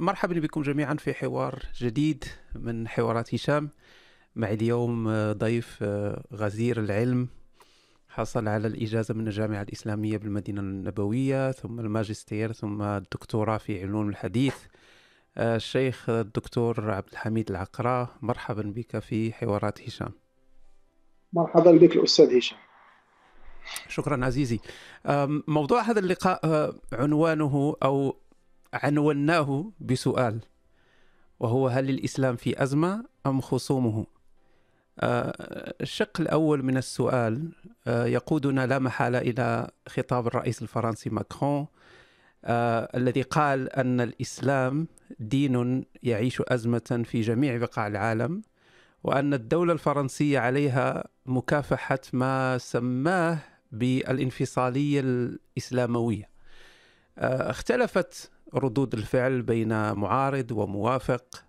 مرحبا بكم جميعا في حوار جديد من حوارات هشام. معي اليوم ضيف غزير العلم، حصل على الإجازة من الجامعة الإسلامية بالمدينة النبوية، ثم الماجستير، ثم الدكتوراه في علوم الحديث، الشيخ الدكتور عبد الحميد العقراء. مرحبا بك في حوارات هشام. مرحبا بك الأستاذ هشام. شكرا عزيزي. موضوع هذا اللقاء عنوانه أو عنوناه بسؤال، وهو: هل الإسلام في أزمة أم خصومه؟ الشق الأول من السؤال يقودنا لا محالة إلى خطاب الرئيس الفرنسي ماكرون، الذي قال أن الإسلام دين يعيش أزمة في جميع بقاع العالم، وأن الدولة الفرنسية عليها مكافحة ما سماه بالانفصالية الإسلاموية. اختلفت ردود الفعل بين معارض وموافق.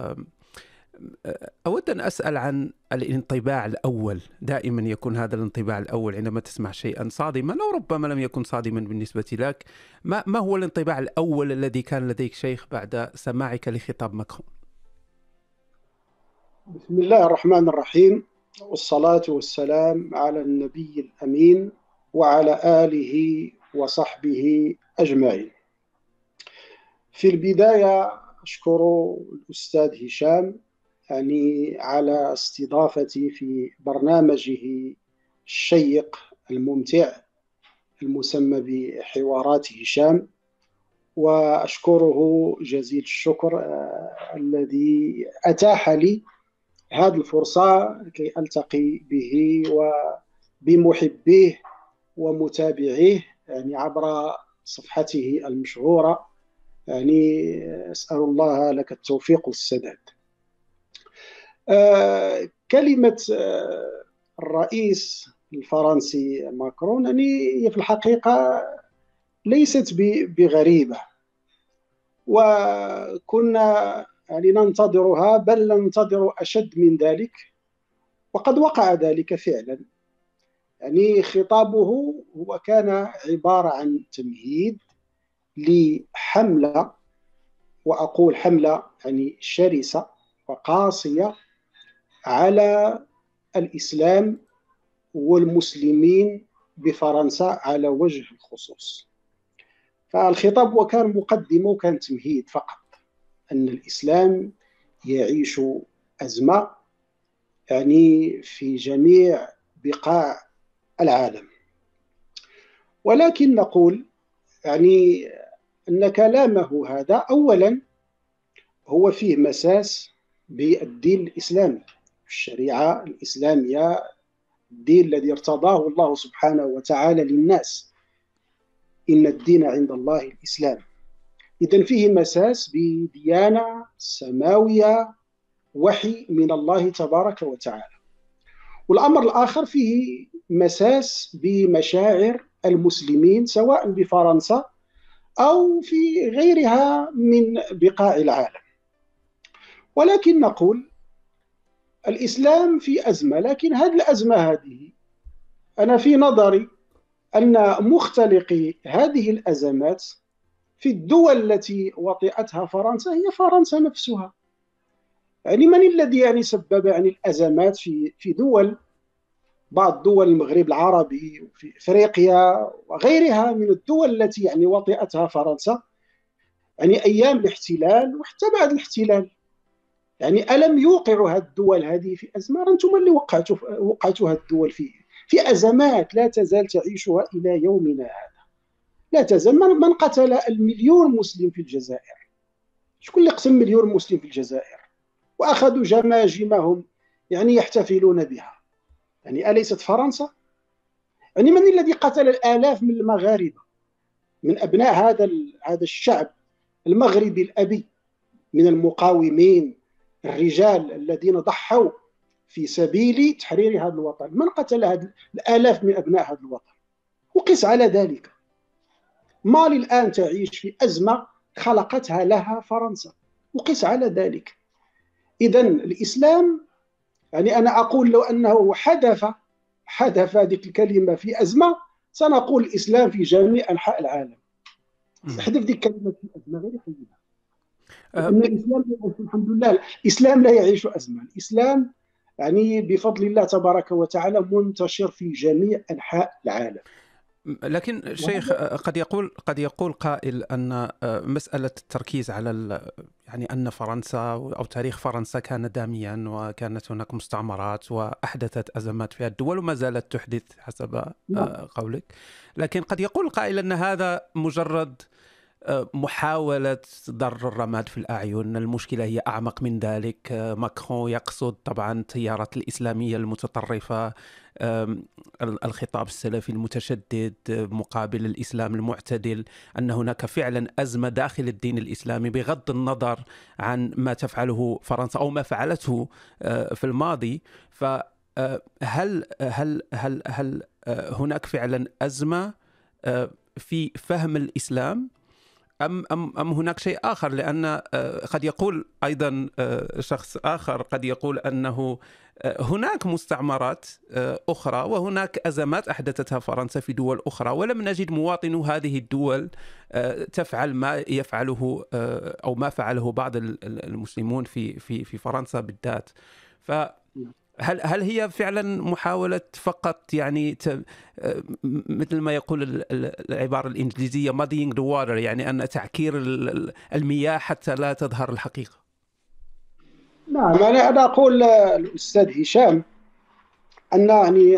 أود أن أسأل عن الانطباع الأول. دائما يكون هذا الانطباع الأول عندما تسمع شيئا صادما، أو ربما لم يكن صادما بالنسبة لك. ما هو الانطباع الأول الذي كان لديك شيخ بعد سماعك لخطاب ماكرون؟ بسم الله الرحمن الرحيم، والصلاة والسلام على النبي الأمين وعلى آله وصحبه أجمعين. في البداية أشكر الأستاذ هشام على استضافتي في برنامجه الشيق الممتع المسمى بحوارات هشام، وأشكره جزيل الشكر الذي أتاح لي هذه الفرصة كي ألتقي به وبمحبيه ومتابعيه عبر صفحته المشهورة. أسأل الله لك التوفيق والسداد. كلمة الرئيس الفرنسي ماكرون هي في الحقيقة ليست بغريبة، وكنا ننتظرها، بل ننتظر أشد من ذلك، وقد وقع ذلك فعلا. خطابه هو كان عبارة عن تمهيد لحملة، وأقول حملة شرسة وقاسية على الإسلام والمسلمين بفرنسا على وجه الخصوص. فالخطاب وكان مقدمة وكان تمهيد فقط، أن الإسلام يعيش أزمة في جميع بقاع العالم. ولكن نقول أن كلامه هذا أولا هو فيه مساس بالدين الإسلامي، الشريعة الإسلامية، الدين الذي ارتضاه الله سبحانه وتعالى للناس، إن الدين عند الله الإسلام. إذن فيه مساس بديانة سماوية، وحي من الله تبارك وتعالى. والأمر الآخر فيه مساس بمشاعر المسلمين سواء بفرنسا أو في غيرها من بقاع العالم. ولكن نقول الإسلام في أزمة، لكن هذه الأزمة هذه أنا في نظري أن مختلق هذه الأزمات في الدول التي وطئتها فرنسا هي فرنسا نفسها. من الذي سبب الأزمات في دول، بعض دول المغرب العربي وفي إفريقيا وغيرها من الدول التي وطئتها فرنسا أيام الاحتلال وحتى بعد الاحتلال. ألم يوقعوا هذه الدول هذه في أزمة؟ أنتم اللي وقعتوا هذه الدول في أزمات لا تزال تعيشها إلى يومنا هذا. لا تزال. من قتل المليون مسلم في الجزائر؟ شكون اللي قتل مليون مسلم في الجزائر وأخذوا جماجمهم يحتفلون بها؟ أليست فرنسا؟ من الذي قتل الآلاف من المغاربة، من أبناء هذا الشعب المغربي الأبي، من المقاومين الرجال الذين ضحوا في سبيل تحرير هذا الوطن؟ من قتل هذه الآلاف من أبناء هذا الوطن؟ وقس على ذلك مالي الآن تعيش في أزمة خلقتها لها فرنسا، وقس على ذلك. إذن الإسلام أنا أقول لو أنه حدث هذه الكلمة في أزمة، سنقول الإسلام في جميع أنحاء العالم. احذف ذيك الكلمة في أزمة غير حينها. لأن الإسلام الحمد لله الإسلام لا يعيش أزمة. الإسلام يعني بفضل الله تبارك وتعالى منتشر في جميع أنحاء العالم. لكن شيخ، قد يقول قائل أن مسألة التركيز على يعني أن فرنسا أو تاريخ فرنسا كان داميا، وكانت هناك مستعمرات وأحدثت أزمات في الدول وما زالت تحدث حسب قولك. لكن قد يقول قائل أن هذا مجرد محاولة ضر الرماد في الأعين، المشكلة هي أعمق من ذلك. ماكرون يقصد طبعا التيارات الإسلامية المتطرفة، الخطاب السلفي المتشدد مقابل الإسلام المعتدل، أن هناك فعلا أزمة داخل الدين الإسلامي بغض النظر عن ما تفعله فرنسا أو ما فعلته في الماضي. فهل هل هناك فعلا أزمة في فهم الإسلام أم هناك شيء آخر؟ لأن قد يقول أيضا شخص آخر، قد يقول أنه هناك مستعمرات أخرى وهناك أزمات أحدثتها فرنسا في دول أخرى، ولم نجد مواطنو هذه الدول تفعل ما يفعله أو ما فعله بعض المسلمون في فرنسا بالذات. هل هي فعلا محاولة فقط يعني مثل ما يقول العبارة الإنجليزية muddying the water، يعني أن تعكير المياه حتى لا تظهر الحقيقة؟ نعم، أنا أقول الأستاذ هشام أن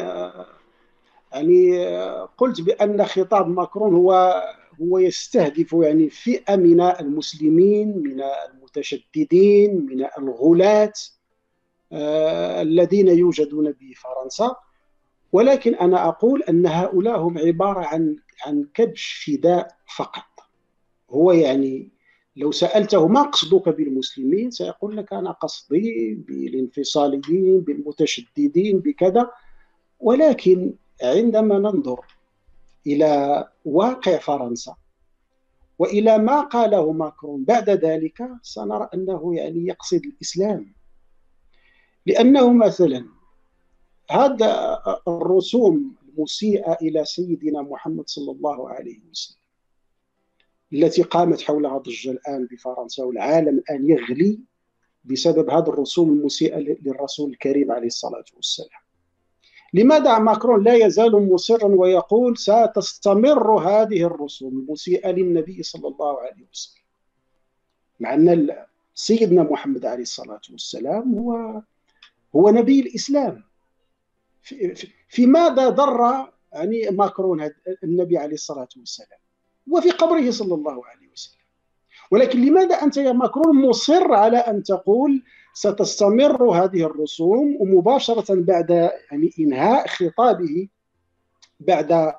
يعني قلت بأن خطاب ماكرون هو يستهدف يعني فئة من المسلمين، من المتشددين، من الغلاة الذين يوجدون بفرنسا. ولكن أنا أقول أن هؤلاء هم عبارة عن كبش فداء فقط. هو يعني لو سألته ما قصدك بالمسلمين سيقول لك أنا قصدي بالانفصاليين، بالمتشددين، بكذا. ولكن عندما ننظر إلى واقع فرنسا وإلى ما قاله ماكرون بعد ذلك سنرى أنه يعني يقصد الإسلام. لأنه مثلا هذا الرسوم المسيئة إلى سيدنا محمد صلى الله عليه وسلم التي قامت حولها ضجة الآن بفرنسا، والعالم الآن يغلي بسبب هذه الرسوم المسيئة للرسول الكريم عليه الصلاة والسلام. لماذا ماكرون لا يزال مصرا ويقول ستستمر هذه الرسوم المسيئة للنبي صلى الله عليه وسلم، مع أن سيدنا محمد عليه الصلاة والسلام هو نبي الإسلام؟ في ماذا ضر يعني ماكرون النبي عليه الصلاة والسلام وفي قبره صلى الله عليه وسلم؟ ولكن لماذا أنت يا ماكرون مصر على أن تقول ستستمر هذه الرسوم، ومباشرة بعد يعني إنهاء خطابه بعد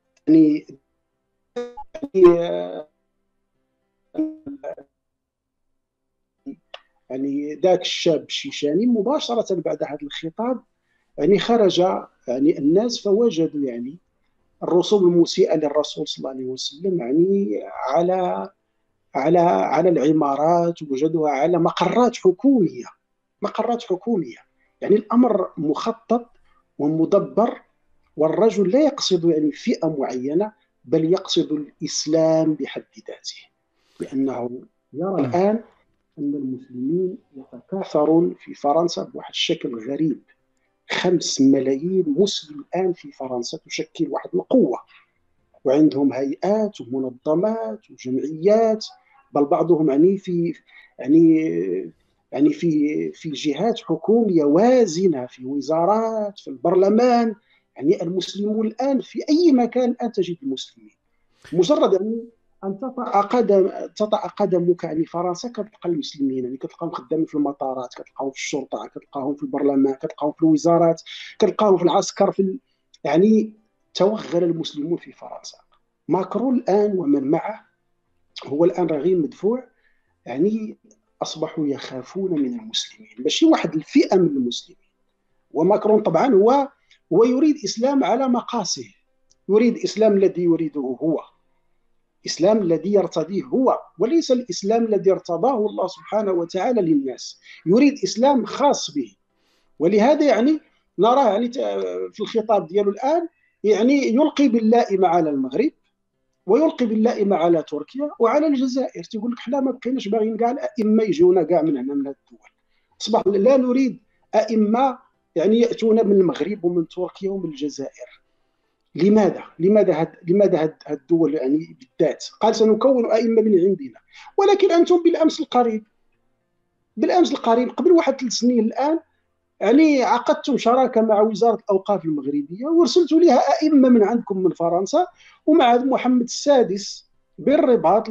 يعني ذاك الشاب الشيشاني مباشرة بعد هذا الخطاب يعني خرج يعني الناس فوجدوا يعني الرسوم المسيئة للرسول صلى الله عليه وسلم يعني على العمارات، وجدوها على مقرات حكومية. يعني الأمر مخطط ومدبر، والرجل لا يقصد يعني فئة معينة بل يقصد الإسلام بحد ذاته، لأنه يرى الآن أن المسلمين يتكاثرون في فرنسا بواحد الشكل غريب. 5 ملايين مسلم الآن في فرنسا تشكل واحد القوة، وعندهم هيئات ومنظمات وجمعيات، بل بعضهم يعني في جهات حكومية وازنة، في وزارات، في البرلمان. يعني المسلمون الآن في أي مكان الآن تجد المسلمين. مجرد يعني أن تطأ قدمك يعني فرنسا كتلقى المسلمين، يعني كتلقاهم خدامين في المطارات، كتلقاهم في الشرطة، كتلقاهم في البرلمان، كتلقاهم في الوزارات، كتلقاهم في العسكر، يعني توغل المسلمون في فرنسا. ماكرون الآن ومن معه هو الآن رغيم مدفوع، يعني أصبحوا يخافون من المسلمين، ماشي واحد الفئة من المسلمين. وماكرون طبعا هو يريد إسلام على مقاسه، يريد إسلام الذي يريده هو، إسلام الذي يرتضيه هو، وليس الإسلام الذي ارتضاه الله سبحانه وتعالى للناس. يريد إسلام خاص به. ولهذا يعني نرى يعني في الخطاب دياله الآن يعني يلقي باللائمة على المغرب، ويلقي باللائمة على تركيا وعلى الجزائر، تقول لك حنا ما بقيناش باغيين كاع الائمه يجونا كاع من هنا من هذه الدول، اصبح لا نريد ائمه يعني ياتون من المغرب ومن تركيا ومن الجزائر. لماذا هاد الدول يعني بالذات؟ قال سنكون ائمه من عندنا، ولكن انتم بالامس القريب قبل واحد 3 سنين الان يعني عقدتم شراكه مع وزاره الاوقاف المغربيه وارسلتوا لها ائمه من عندكم من فرنسا ومع محمد السادس بالرباط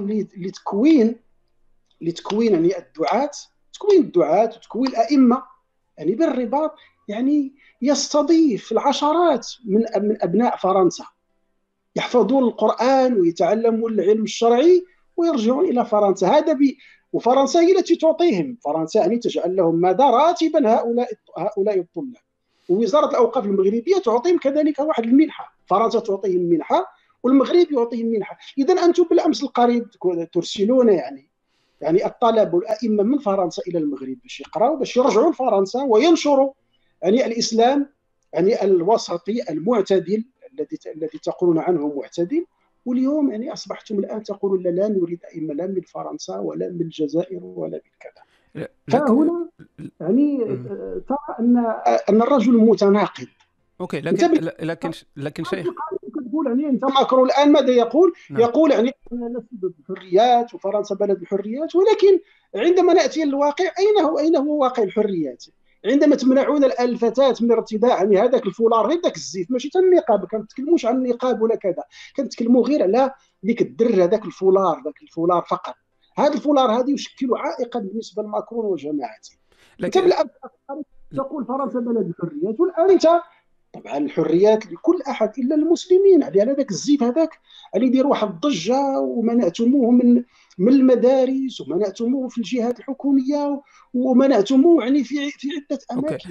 لتكوين يعني الدعاة وتكوين الائمه يعني بالرباط، يعني يستضيف العشرات من ابناء فرنسا يحفظون القرآن ويتعلمون العلم الشرعي ويرجعون إلى فرنسا. وفرنسا هي التي تعطيهم، فرنسا يعني تجعل لهم ماذا راتبا هؤلاء الطلاب، ووزارة الأوقاف المغربية تعطيهم كذلك واحد المنحة، فرنسا تعطيهم منحة والمغرب يعطيهم منحة. إذا أنتم بالأمس القريب ترسلون يعني الطلب والأئمة من فرنسا إلى المغرب باش يقراوا باش يرجعوا لفرنسا وينشروا يعني الإسلام يعني الوسطي المعتدل الذي تقولون عنه معتدل، واليوم يعني اصبحتم الان تقولون لا نريد ائمه لا من فرنسا ولا من الجزائر ولا من كذا. فهنا يعني ترى ان الرجل متناقض. اوكي، لكن شيخ تقول يعني انت ماكرون الان ماذا يقول؟ نعم. يقول يعني انا ضد الحريات وفرنسا بلد الحريات، ولكن عندما ناتي للواقع اين هو واقع الحريات؟ عندما تمنعون الفتاة من ارتداء يعني هذاك الفولار غير ذاك الزيت، ماشي حتى النقاب، كنتكلموش عن النقاب ولا كذا، كنتكلموا غير على ديك الدر هذاك الفولار فقط. هذا الفولار هذا يشكل عائقا بالنسبه لماكرون وجماعته. انت بالامس تقول فرنسا بلد الحريات، والان انت طبعا الحريات لكل احد الا المسلمين، على هذاك الزيت هذاك اللي يدير واحد الضجه ومنعتموه من المدارس ومنعتموه في الجهات الحكوميه ومنعتموه يعني في عده اماكن. أوكي.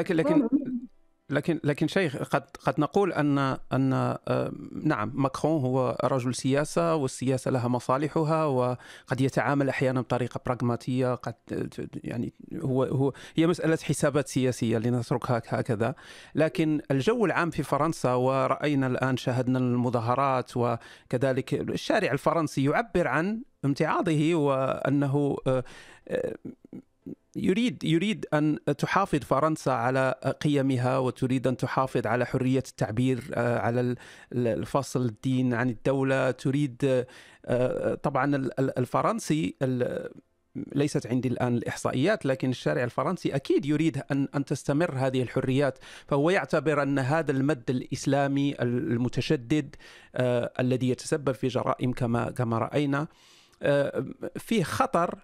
لكن شيخ قد نقول ان نعم ماكرون هو رجل سياسه، والسياسه لها مصالحها وقد يتعامل احيانا بطريقه براغماتيه، قد يعني هي مساله حسابات سياسيه لنتركها هكذا. لكن الجو العام في فرنسا، وراينا الان شاهدنا المظاهرات وكذلك الشارع الفرنسي يعبر عن امتعاضه وانه يريد أن تحافظ فرنسا على قيمها، وتريد أن تحافظ على حرية التعبير، على الفصل الدين عن الدولة. تريد طبعا الفرنسي، ليست عندي الآن الإحصائيات، لكن الشارع الفرنسي أكيد يريد أن تستمر هذه الحريات. فهو يعتبر أن هذا المد الإسلامي المتشدد الذي يتسبب في جرائم كما رأينا فيه خطر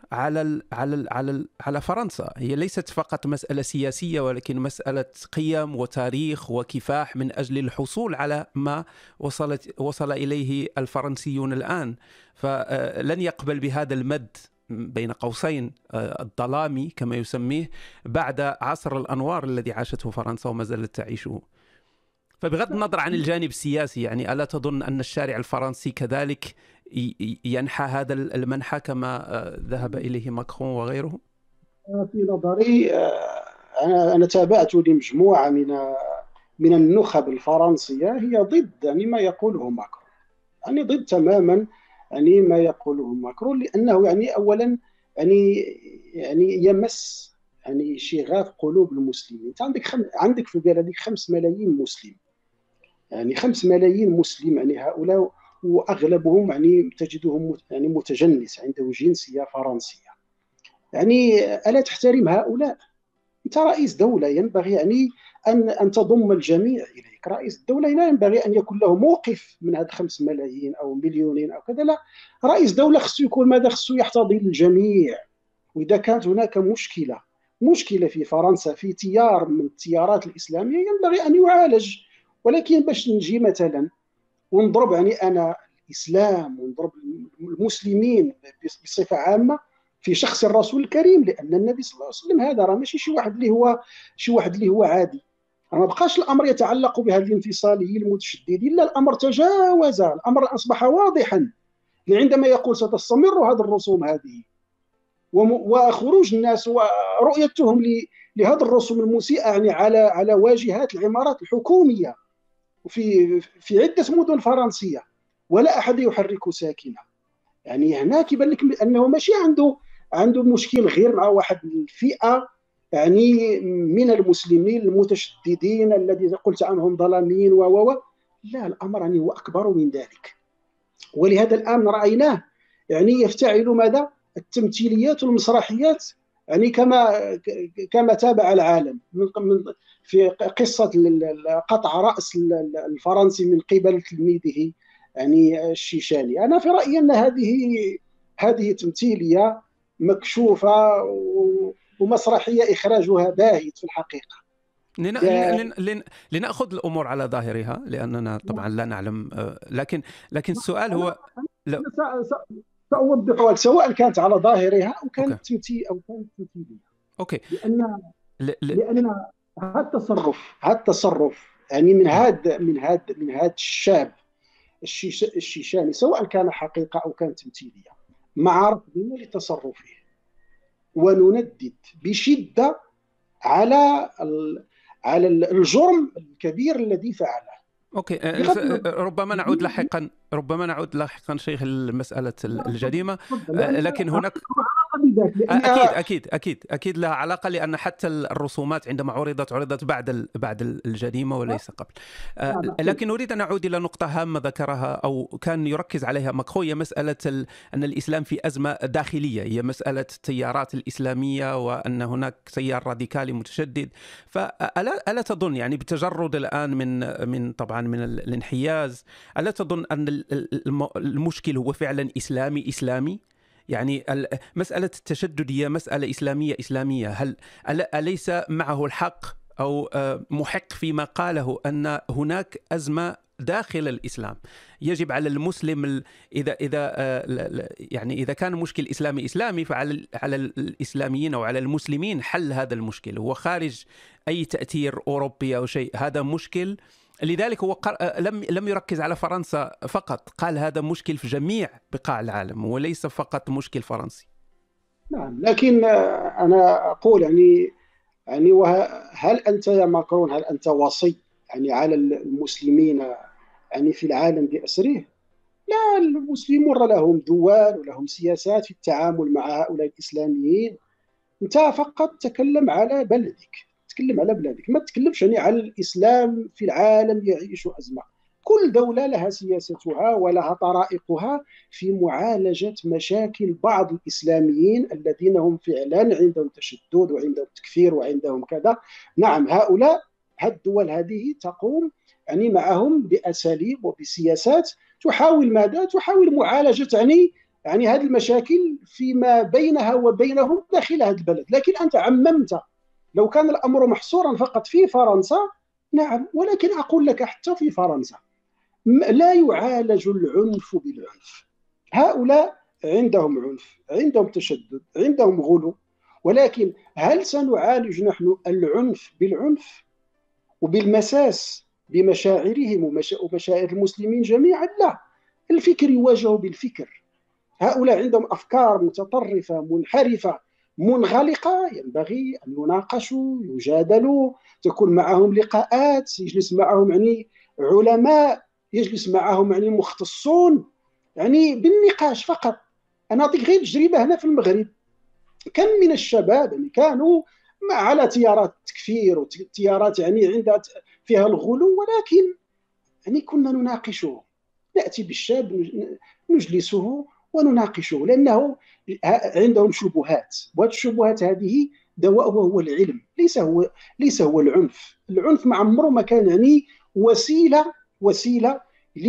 على فرنسا. هي ليست فقط مسألة سياسية، ولكن مسألة قيم وتاريخ وكفاح من أجل الحصول على ما وصل إليه الفرنسيون الآن. فلن يقبل بهذا المد بين قوسين الظلامي كما يسميه بعد عصر الأنوار الذي عاشته فرنسا وما زالت تعيشه. فبغض النظر عن الجانب السياسي، يعني ألا تظن أن الشارع الفرنسي كذلك ينحى هذا المنحى كما ذهب إليه ماكرون وغيره؟ في نظري أنا تابعت لمجموعة من النخب الفرنسية هي ضد يعني ما يقوله ماكرون، يعني ضد تماما يعني ما يقوله ماكرون، لأنه يعني أولا يعني يمس يعني شغاف قلوب المسلمين. انت عندك في بلدك 5 ملايين مسلم، يعني 5 ملايين مسلم، يعني هؤلاء واغلبهم يعني تجدهم يعني متجنس، عنده جنسيه فرنسيه. يعني الا تحترم هؤلاء؟ انت رئيس دوله، ينبغي يعني ان تضم الجميع اليك. رئيس الدوله لا ينبغي ان يكون له موقف من هذه 5 ملايين او مليونين او كذا، لا، رئيس دوله خصو يكون ماذا؟ خصو يحتضن الجميع. واذا كانت هناك مشكله في فرنسا في تيار من التيارات الاسلاميه ينبغي ان يعالج. ولكن باش نجي مثلا ونضرب يعني انا الاسلام ونضرب المسلمين بصفه عامه في شخص الرسول الكريم، لان النبي صلى الله عليه وسلم هذا راه ماشي شي واحد اللي هو عادي. ما بقاش الامر يتعلق بهذه الانفصاليين المتشددين، لا، الامر تجاوز، الامر اصبح واضحا. عندما يقول ستستمر هذه الرسوم هذه وخروج الناس ورؤيتهم لهذه الرسوم المسيئه يعني على واجهات العمارات الحكوميه في عده مدن فرنسيه، ولا أحد يحرك ساكنة. يعني هنا كيبان لك أنه ماشي عنده مشكل غير مع واحد الفئة يعني من المسلمين المتشددين الذين قلت عنهم ظلاميين لا، الأمر يعني هو أكبر من ذلك. ولهذا الآن رأيناه يعني يفتعل ماذا؟ التمثيليات والمسرحيات، يعني كما تابع العالم في قصة قطع رأس الفرنسي من قبل تلميذه يعني الشيشاني. أنا في رأيي أن هذه تمثيلية مكشوفة ومسرحية إخراجها باهت في الحقيقة. لنأخذ الأمور على ظاهرها، لأننا طبعا لا نعلم، لكن السؤال هو سأوضح لك، سواء كانت على ظاهرها أو كانت تمثيلية. أوكي. لأن هذا التصرف يعني من هذا الشاب الشيشاني، سواء كان حقيقة أو كان تمثيلية، مع رفضنا لتصرفه ونندد بشدة على الجرم الكبير الذي فعله. اوكي. ربما نعود لاحقا شيخ لمسألة الجريمة، لكن هناك أكيد لها علاقة، لأن حتى الرسومات عندما عرضت بعد الجريمة وليس قبل. لكن أريد أن أعود إلى نقطة هامة ذكرها أو كان يركز عليها ماكرون، هي مسألة أن الإسلام في أزمة داخلية، هي مسألة التيارات الإسلامية وأن هناك تيار راديكالي متشدد. فألا تظن يعني بتجرد الآن من طبعا من الانحياز، ألا تظن أن المشكل هو فعلا إسلامي؟ يعني مسألة التشدد هي مسألة إسلامية. هل أليس معه الحق أو محق فيما قاله أن هناك أزمة داخل الإسلام؟ يجب على المسلم إذا كان مشكل إسلامي فعلى الإسلاميين أو على المسلمين حل هذا المشكل، هو خارج أي تأثير أوروبي أو شيء، هذا مشكل. لذلك هو لم يركز على فرنسا فقط، قال هذا مشكل في جميع بقاع العالم وليس فقط مشكل فرنسي. نعم، لكن أنا أقول يعني هل أنت يا ماكرون، هل أنت وصي يعني على المسلمين يعني في العالم بأسره؟ لا، المسلمون لهم دول ولهم سياسات في التعامل مع هؤلاء الإسلاميين. أنت فقط تكلم على بلدك، ما تتكلمش يعني على الإسلام في العالم يعيش أزمة. كل دولة لها سياستها ولها طرائقها في معالجة مشاكل بعض الإسلاميين الذين هم فعلا عندهم تشدد وعندهم تكفير وعندهم كذا. نعم، الدول هذه تقوم يعني معهم بأساليب وبسياسات تحاول ماذا؟ تحاول معالجة يعني هذه المشاكل فيما بينها وبينهم داخل هذا البلد. لكن أنت عممت. لو كان الأمر محصورا فقط في فرنسا، نعم، ولكن أقول لك حتى في فرنسا لا يعالج العنف بالعنف. هؤلاء عندهم عنف، عندهم تشدد، عندهم غلو، ولكن هل سنعالج نحن العنف بالعنف وبالمساس بمشاعرهم ومشاعر المسلمين جميعا؟ لا، الفكر يواجه بالفكر. هؤلاء عندهم أفكار متطرفة منحرفة منغلقة، ينبغي أن يناقشوا، يجادلوا، تكون معهم لقاءات، يجلس معهم يعني علماء، يجلس معهم يعني مختصون، يعني بالنقاش فقط. أنا أعطيك غير تجربة هنا في المغرب. كم من الشباب يعني كانوا على تيارات تكفير وتيارات يعني عندها فيها الغلو، ولكن يعني كنا نناقشه، نأتي بالشاب نجلسه ونناقشه، لأنه عندهم شبهات، وهذه الشبهات هذه دواءها هو العلم، ليس هو العنف. العنف مع عمره ما كان يعني وسيلة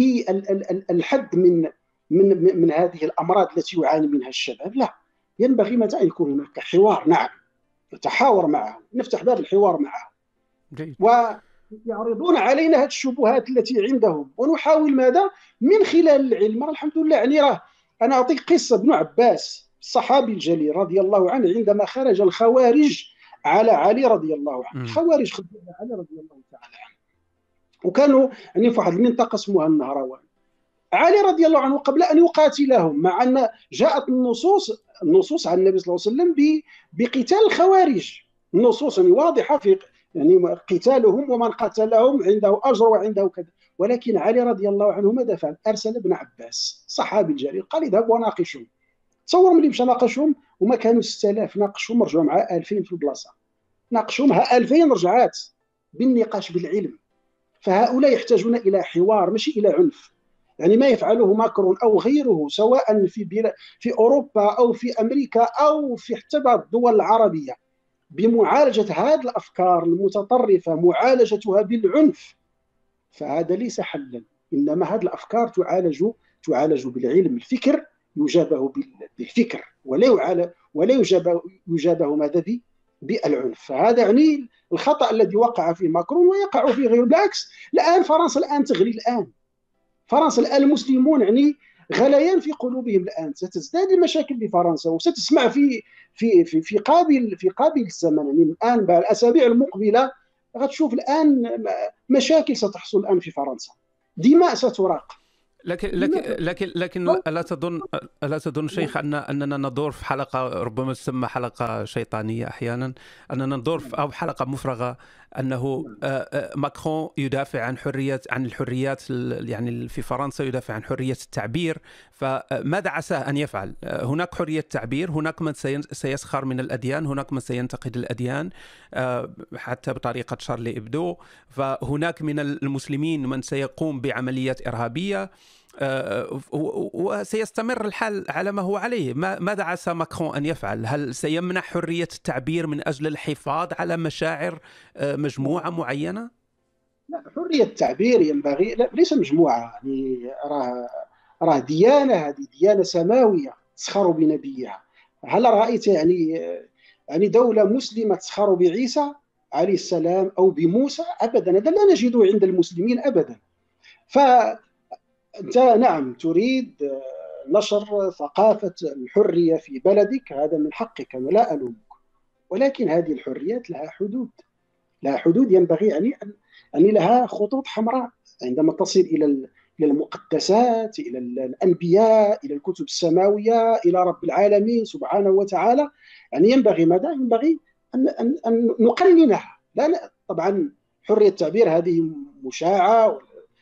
للحد من هذه الأمراض التي يعاني منها الشباب. لا، ينبغي متى أن يكون هناك حوار، نعم، نتحاور معهم، نفتح باب الحوار معهم، ويعرضون علينا هذه الشبهات التي عندهم، ونحاول ماذا؟ من خلال العلم. الحمد لله، يعني أنا أعطيك قصة ابن عباس الصحابي الجليل رضي الله عنه، عندما خرج الخوارج على علي رضي الله عنه. الخوارج خرجوا على علي رضي الله تعالى عنه، وكانوا يعني في واحد المنطقة اسمها النهروان. علي رضي الله عنه قبل أن يقاتلهم، مع أن جاءت النصوص عن النبي صلى الله عليه وسلم بقتال الخوارج، النصوص يعني واضحة يعني قتالهم ومن قتلهم عنده أجر وعنده كذا. ولكن علي رضي الله عنه ماذا فعل؟ أرسل ابن عباس الصحابي الجليل، قال اذهب وناقشهم. تصور ملي مشى ناقشهم، وما كانوا 6000، ناقشهم رجعوا مع 2000 في البلاصه، ناقشهم 2000 رجعات بالنقاش بالعلم. فهؤلاء يحتاجون الى حوار ماشي الى عنف. يعني ما يفعله ماكرون او غيره، سواء في اوروبا او في امريكا او في حتى بعض الدول العربيه، بمعالجه هذه الافكار المتطرفه، معالجتها بالعنف، فهذا ليس حلا. انما هذه الافكار تعالج بالعلم. الفكر يجابه بالفكر، ولا يجابه ماذا بالعنف. فهذا يعني الخطا الذي وقع فيه ماكرون ويقع فيه غيره. بالعكس، الان فرنسا الان تغلي. الان فرنسا الان المسلمون يعني غليان في قلوبهم. الان ستزداد المشاكل بفرنسا، وستسمع في قابل الزمن، يعني الان بعد الاسابيع المقبله غتشوف الان مشاكل ستحصل الان في فرنسا، دماء ستراق. لكن ألا تظن شيخ أننا ندور في حلقة ربما تسمى حلقة شيطانية أحيانا، أننا ندور أو حلقة مفرغة، أنه ماكرون يدافع عن الحريات، يعني في فرنسا يدافع عن حرية التعبير. فماذا عساه أن يفعل؟ هناك حرية تعبير، هناك من سيسخر من الأديان، هناك من سينتقد الأديان حتى بطريقة شارلي إبدو، فهناك من المسلمين من سيقوم بعمليات إرهابية، وسيستمر الحال على ما هو عليه. ماذا عسى ماكرون أن يفعل؟ هل سيمنع حرية التعبير من أجل الحفاظ على مشاعر مجموعة معينة؟ لا، حرية التعبير ينبغي، لا ليس مجموعة، يعني راه ديانة، هذه ديانة سماوية تسخر بنبيها. هل رأيت يعني دولة مسلمة تسخر بعيسى عليه السلام أو بموسى؟ أبدا، هذا لا نجده عند المسلمين أبدا. فأنت نعم تريد نشر ثقافة الحرية في بلدك، هذا من حقك، أنا لا ألومك. ولكن هذه الحريات لها حدود، لها حدود ينبغي يعني لها خطوط حمراء. عندما تصل إلى المقدسات، إلى الأنبياء، إلى الكتب السماوية، إلى رب العالمين سبحانه وتعالى، يعني ينبغي ماذا؟ ينبغي أن نقننها. لا طبعا حرية التعبير هذه مشاعة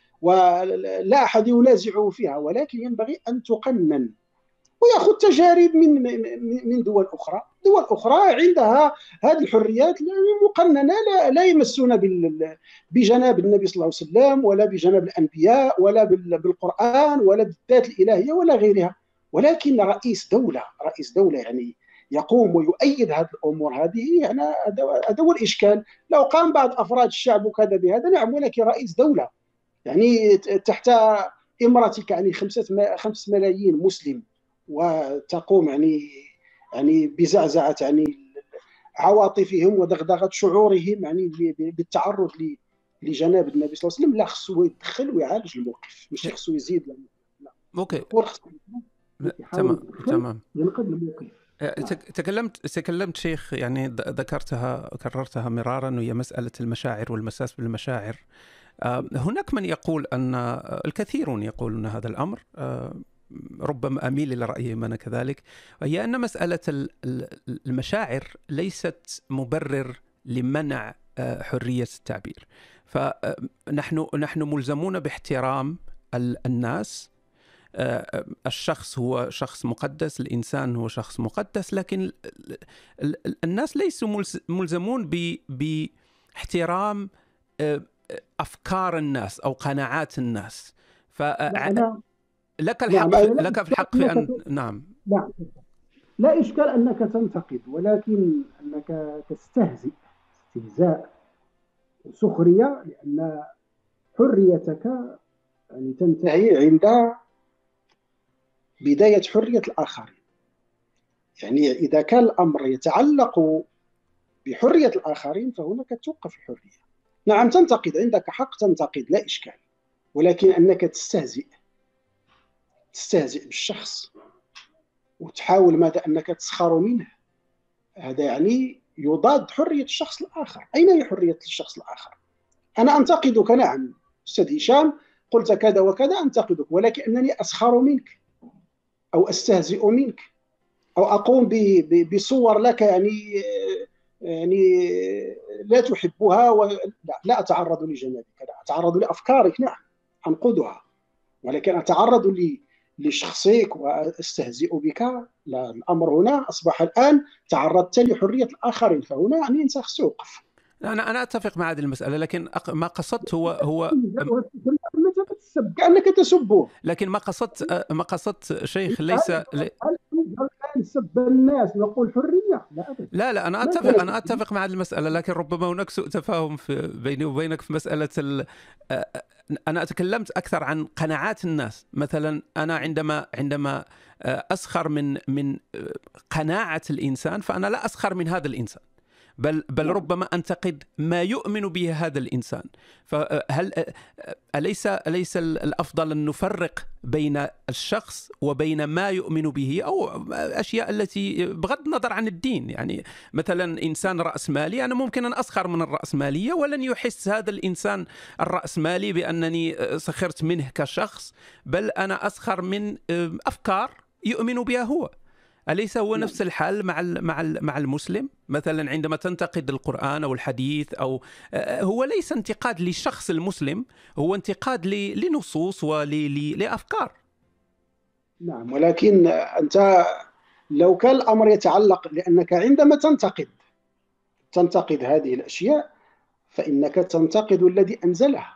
ولا أحد ينازعه فيها، ولكن ينبغي أن تقنن ويأخذ تجارب من دول أخرى. دول أخرى عندها هذه الحريات مقننة، لا يمسون بجناب النبي صلى الله عليه وسلم، ولا بجناب الأنبياء، ولا بالقرآن، ولا بالذات الإلهية، ولا غيرها. ولكن رئيس دولة يعني يقوم ويؤيد هذه الأمور، هذه يعني هذا هو الإشكال. لو قام بعض أفراد الشعب وكذا بهذا نعم، ولكن رئيس دولة يعني تحت إمرتك يعني 5 ملايين مسلم، وتقوم يعني بزعزعة يعني عواطفهم ودغدغة شعورهم يعني بالتعرض لجناب النبي صلى الله عليه وسلم. لا، خصو يدخل ويعالج الموقف، مش خصو يزيد. لا، اوكي، يحاول تمام. ينقذ الموقف. تكلمت شيخ، يعني كررتها مرارا، وهي مسألة المشاعر والمساس بالمشاعر. هناك من يقول أن الكثيرون يقولون هذا الأمر، ربما أميل إلى رأيهم أنا كذلك، وهي أن مسألة المشاعر ليست مبرر لمنع حرية التعبير. فنحن ملزمون باحترام الناس. الشخص هو شخص مقدس، الإنسان هو شخص مقدس، لكن الناس ليسوا ملزمون باحترام أفكار الناس أو قناعات الناس. لك الحق في أن نعم. لا إشكال أنك تنتقد، ولكن أنك تستهزئ استهزاء وسخرية، لأن حريتك يعني تنتهي عند بداية حرية الآخرين. يعني إذا كان الأمر يتعلق بحرية الآخرين فهناك توقف الحرية. نعم تنتقد، عندك حق تنتقد، لا إشكال، ولكن أنك تستهزئ بالشخص وتحاول ماذا أنك تسخر منه، هذا يعني يضاد حرية الشخص الآخر. أين هي حرية الشخص الآخر؟ أنا أنتقدك، نعم أستاذ هشام، قلت كذا وكذا، أنتقدك، ولكن أنني أسخر منك أو أستهزئ منك أو أقوم بصور لك يعني لا تحبها لا أتعرض لجمالك، لا أتعرض لأفكارك، نعم أنقدها، ولكن أتعرض لشخصك وأستهزئ بك لا. الأمر هنا أصبح الآن تعرضت لحرية الآخرين، فهنا يعني أنت خصك توقف. أنا أتفق مع هذه المسألة، لكن ما قصدت هو كأنك تسبه. لكن ما قصدت شيخ ليس هل الآن سب الناس نقول حرية؟ لا أبدا. لا أنا أتفق مع هذه المسألة، لكن ربما هناك سوء تفاهم بيني وبينك في مسألة أنا تكلمت أكثر عن قناعات الناس. مثلا أنا عندما أسخر من قناعة الإنسان، فأنا لا أسخر من هذا الإنسان، بل ربما أنتقد ما يؤمن به هذا الإنسان. فهل أليس الأفضل أن نفرق بين الشخص وبين ما يؤمن به أو أشياء التي بغض النظر عن الدين؟ يعني مثلا إنسان رأسمالي، أنا ممكن أن أسخر من الرأسمالية، ولن يحس هذا الإنسان الرأسمالي بأنني سخرت منه كشخص، بل أنا أسخر من أفكار يؤمن بها هو. أليس هو نفس الحال مع المسلم؟ مثلا عندما تنتقد القرآن أو الحديث، أو هو ليس انتقاد لشخص المسلم، هو انتقاد لنصوص ولأفكار. نعم، ولكن أنت لو كان الأمر يتعلق، لأنك عندما تنتقد هذه الأشياء فإنك تنتقد الذي أنزلها،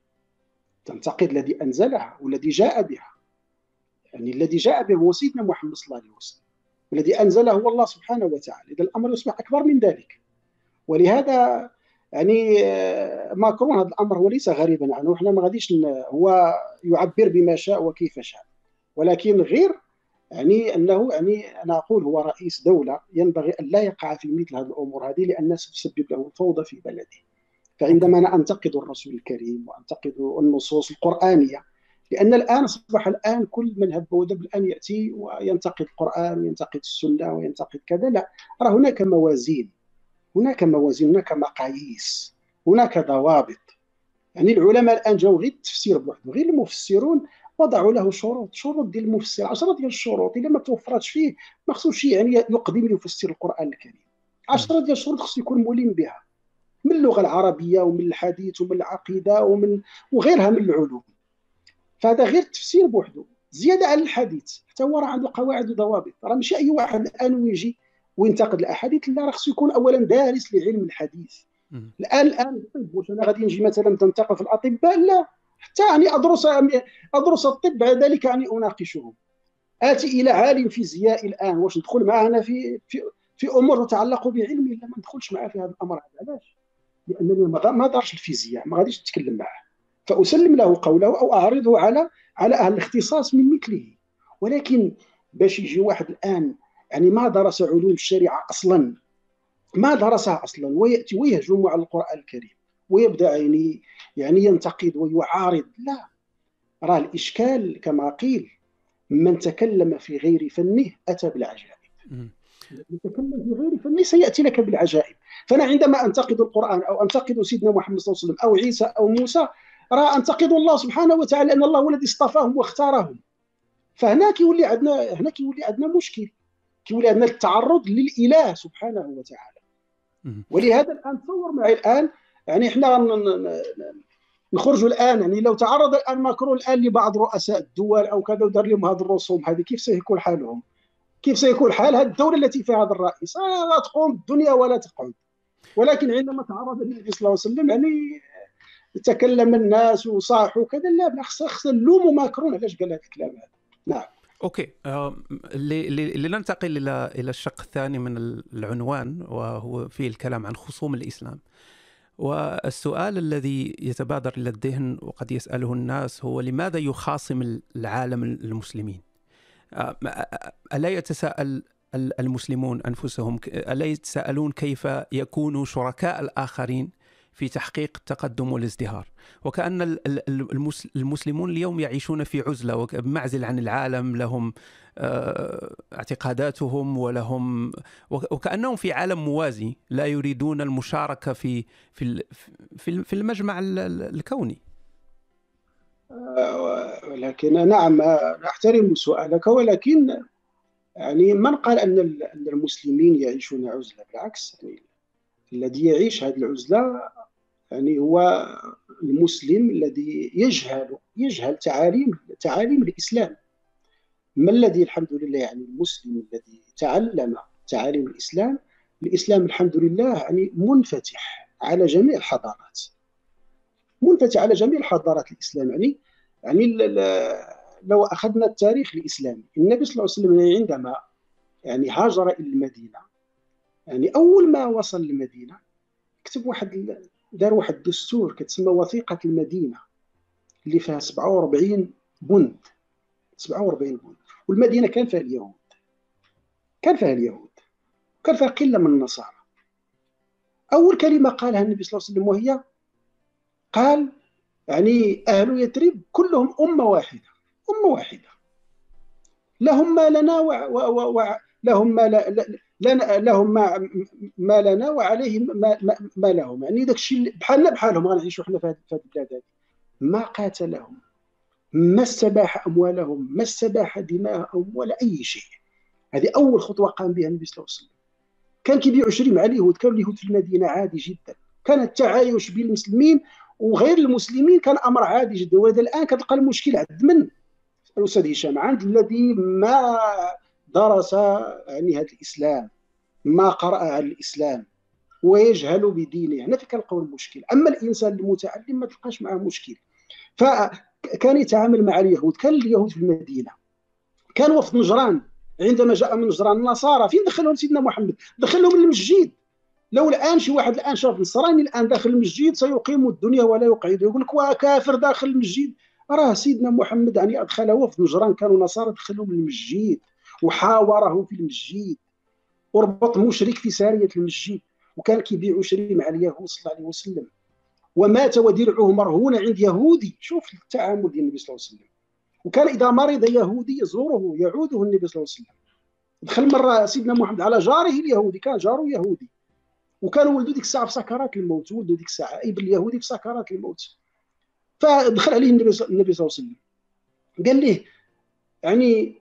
تنتقد الذي أنزلها والذي جاء بها. يعني الذي جاء به هو سيدنا محمد صلى الله عليه وسلم، والذي أنزله هو الله سبحانه وتعالى. إذا الأمر يصبح أكبر من ذلك. ولهذا يعني ماكرون هذا الأمر هو ليس غريبا عنه، احنا ما غاديش هو يعبر بما شاء وكيف شاء، ولكن غير يعني أنه يعني أنا أقول هو رئيس دولة، ينبغي أن لا يقع في مثل هذه الأمور هذه، لأنها ستسبب له فوضى في بلده. فعندما أنا أنتقد الرسول الكريم وأنتقد النصوص القرآنية، لأن الآن أصبح الآن كل من هب ودب الآن يأتي وينتقد القرآن وينتقد السنة وينتقد كذا. لا، أرى هناك موازين، هناك موازين، هناك مقاييس، هناك ضوابط. يعني العلماء الآن جاوا غير التفسير بوحده، غير المفسرون وضعوا له شروط ديال المفسر، 10 ديال الشروط، إلا ما توفرتش فيه ما خصوش يعني يقدم يفسر القرآن الكريم. 10 ديال الشروط خصو يكون ملم بها، من اللغة العربية ومن الحديث ومن العقيدة وغيرها من العلوم. فهذا غير التفسير بوحده، زيادة على الحديث حتى هو راه عنده قواعد وضوابط. راه ماشي أي واحد الآن يجي وينتقد الأحاديث، لا، راه خصو يكون أولا دارس لعلم الحديث. الآن الطب، واش أنا غادي نجي مثلا تنتقد في الأطباء؟ لا، حتى يعني أدرس الطب، بعد ذلك يعني أناقشهم. آتي إلى عالم فيزياء الآن، واش ندخل معه أنا في أمور تتعلق بعلمي؟ لا، ما ندخلش معه في هذا الأمر. علاش؟ لأنني ما دارش الفيزياء، ما غاديش نتكلم معه، فأسلم له قوله أو أعرضه على أهل الاختصاص من مثله. ولكن باش يجي واحد الآن يعني ما درس علوم الشريعة أصلا، ما درسها أصلا، ويأتي ويهجم على القرآن الكريم ويبدأ يعني ينتقد ويعارض، لا. راه الإشكال كما قيل: من تكلم في غير فنه أتى بالعجائب. يتكلم في غير فنه سيأتي لك بالعجائب. فأنا عندما أنتقد القرآن أو أنتقد سيدنا محمد صلى الله عليه وسلم أو عيسى أو موسى، راه أنتقد الله سبحانه وتعالى، لأن الله هو الذي اصطفاهم واختارهم. فهنا كيولي عندنا مشكل، كيولي عندنا التعرض للإله سبحانه وتعالى. ولهذا الآن تصور معي الآن، يعني احنا نخرجوا الآن، يعني لو تعرض الآن ماكرون الآن لبعض رؤساء الدول أو كذا ودار لهم هذه الرسوم هذه، كيف سيكون حالهم؟ كيف سيكون حال هذه الدولة التي فيها هذا الرئيس؟ لا تقوم الدنيا ولا تقعد. ولكن عندما تعرض النبي صلى الله عليه وسلم يعني تكلم الناس وصاحوا كذا، لا، بالعكس نلوموا ماكرون علاش قال هذا الكلام هذا. نعم. اوكي، لننتقل الى الشق الثاني من العنوان، وهو فيه الكلام عن خصوم الاسلام. والسؤال الذي يتبادر الى الذهن وقد يساله الناس هو: لماذا يخاصم العالم المسلمين؟ الا يتساءل المسلمون انفسهم؟ الا يتساءلون كيف يكونوا شركاء الاخرين في تحقيق التقدم والازدهار؟ وكأن المسلمون اليوم يعيشون في عزلة ومعزل عن العالم، لهم اعتقاداتهم ولهم، وكأنهم في عالم موازي لا يريدون المشاركة في المجمع الكوني. ولكن نعم، أحترم سؤالك، ولكن يعني من قال أن المسلمين يعيشون عزلة؟ بالعكس، يعني الذي يعيش هذه العزلة يعني هو المسلم الذي يجهل تعاليم الإسلام. ما الذي الحمد لله يعني المسلم الذي تعلم تعاليم الإسلام الحمد لله يعني منفتح على جميع الحضارات، منفتح على جميع الحضارات الإسلام. يعني لو أخذنا التاريخ الإسلامي، النبي صلى الله عليه وسلم عندما يعني هاجر إلى المدينة، يعني أول ما وصل المدينة دار واحد الدستور كتسمى وثيقة المدينة اللي فيها 47 بند، 47 بند. والمدينة كان فيها اليهود، كان فيها قلة من النصارى. أول كلمة قالها النبي صلى الله عليه وسلم وهي قال يعني أهل يثرب كلهم أمة واحدة، لهم ما لنا لهم ما لهم ما لنا وعليهم ما لهم. يعني داك الشيء بحالهم غنعيشوا حنا في هذه البلاد هذه. ما قاتلهم، ما استباح أموالهم، ما استباح دماءهم ولا أي شيء. هذه أول خطوة قام بها النبي صلى الله عليه وسلم. كان كيبيعوا شري مع اليهود، كانوا اليهود في المدينة عادي جدا، كان التعايش بين المسلمين وغير المسلمين كان أمر عادي جدا. وهذا الآن كتلقى المشكل عند من؟ الأستاذ هشام، عند الذي ما درس يعني هذا الإسلام، ما قرأ على الإسلام ويجهل بدينه، هنا كنلقاو المشكل. أما الإنسان المتعلم ما تلقاش معه مشكل. فكان يتعامل مع اليهود، كان اليهود في المدينة، كان وفد نجران عندما جاء من نجران النصارى فين دخلهم سيدنا محمد؟ دخلهم المسجد. لو الان شي واحد الان شاف نصراني الان داخل المسجد سيقيم الدنيا ولا يقعد، يقول لك وكافر داخل المسجد. راه سيدنا محمد يعني ادخل وفد نجران كانوا نصارى، دخلهم المسجد وحاورهم في المسجد وربط مشرك في ساريه المسجد، وكان كيبيع ويشري مع اليهود صلى الله عليه وسلم، ومات ودرعه مرهون عند يهودي. شوف التعامل ديال النبي صلى الله عليه وسلم. وكان اذا مرض يهودي يزوره يعوده النبي صلى الله عليه وسلم. دخل مره سيدنا محمد على جاره اليهودي، كان جاره يهودي وكان ولده ديك الساعه في سكرات الموت، ولده ديك الساعه ابن اليهودي في سكرات الموت. فدخل عليه النبي صلى الله عليه وسلم قال له يعني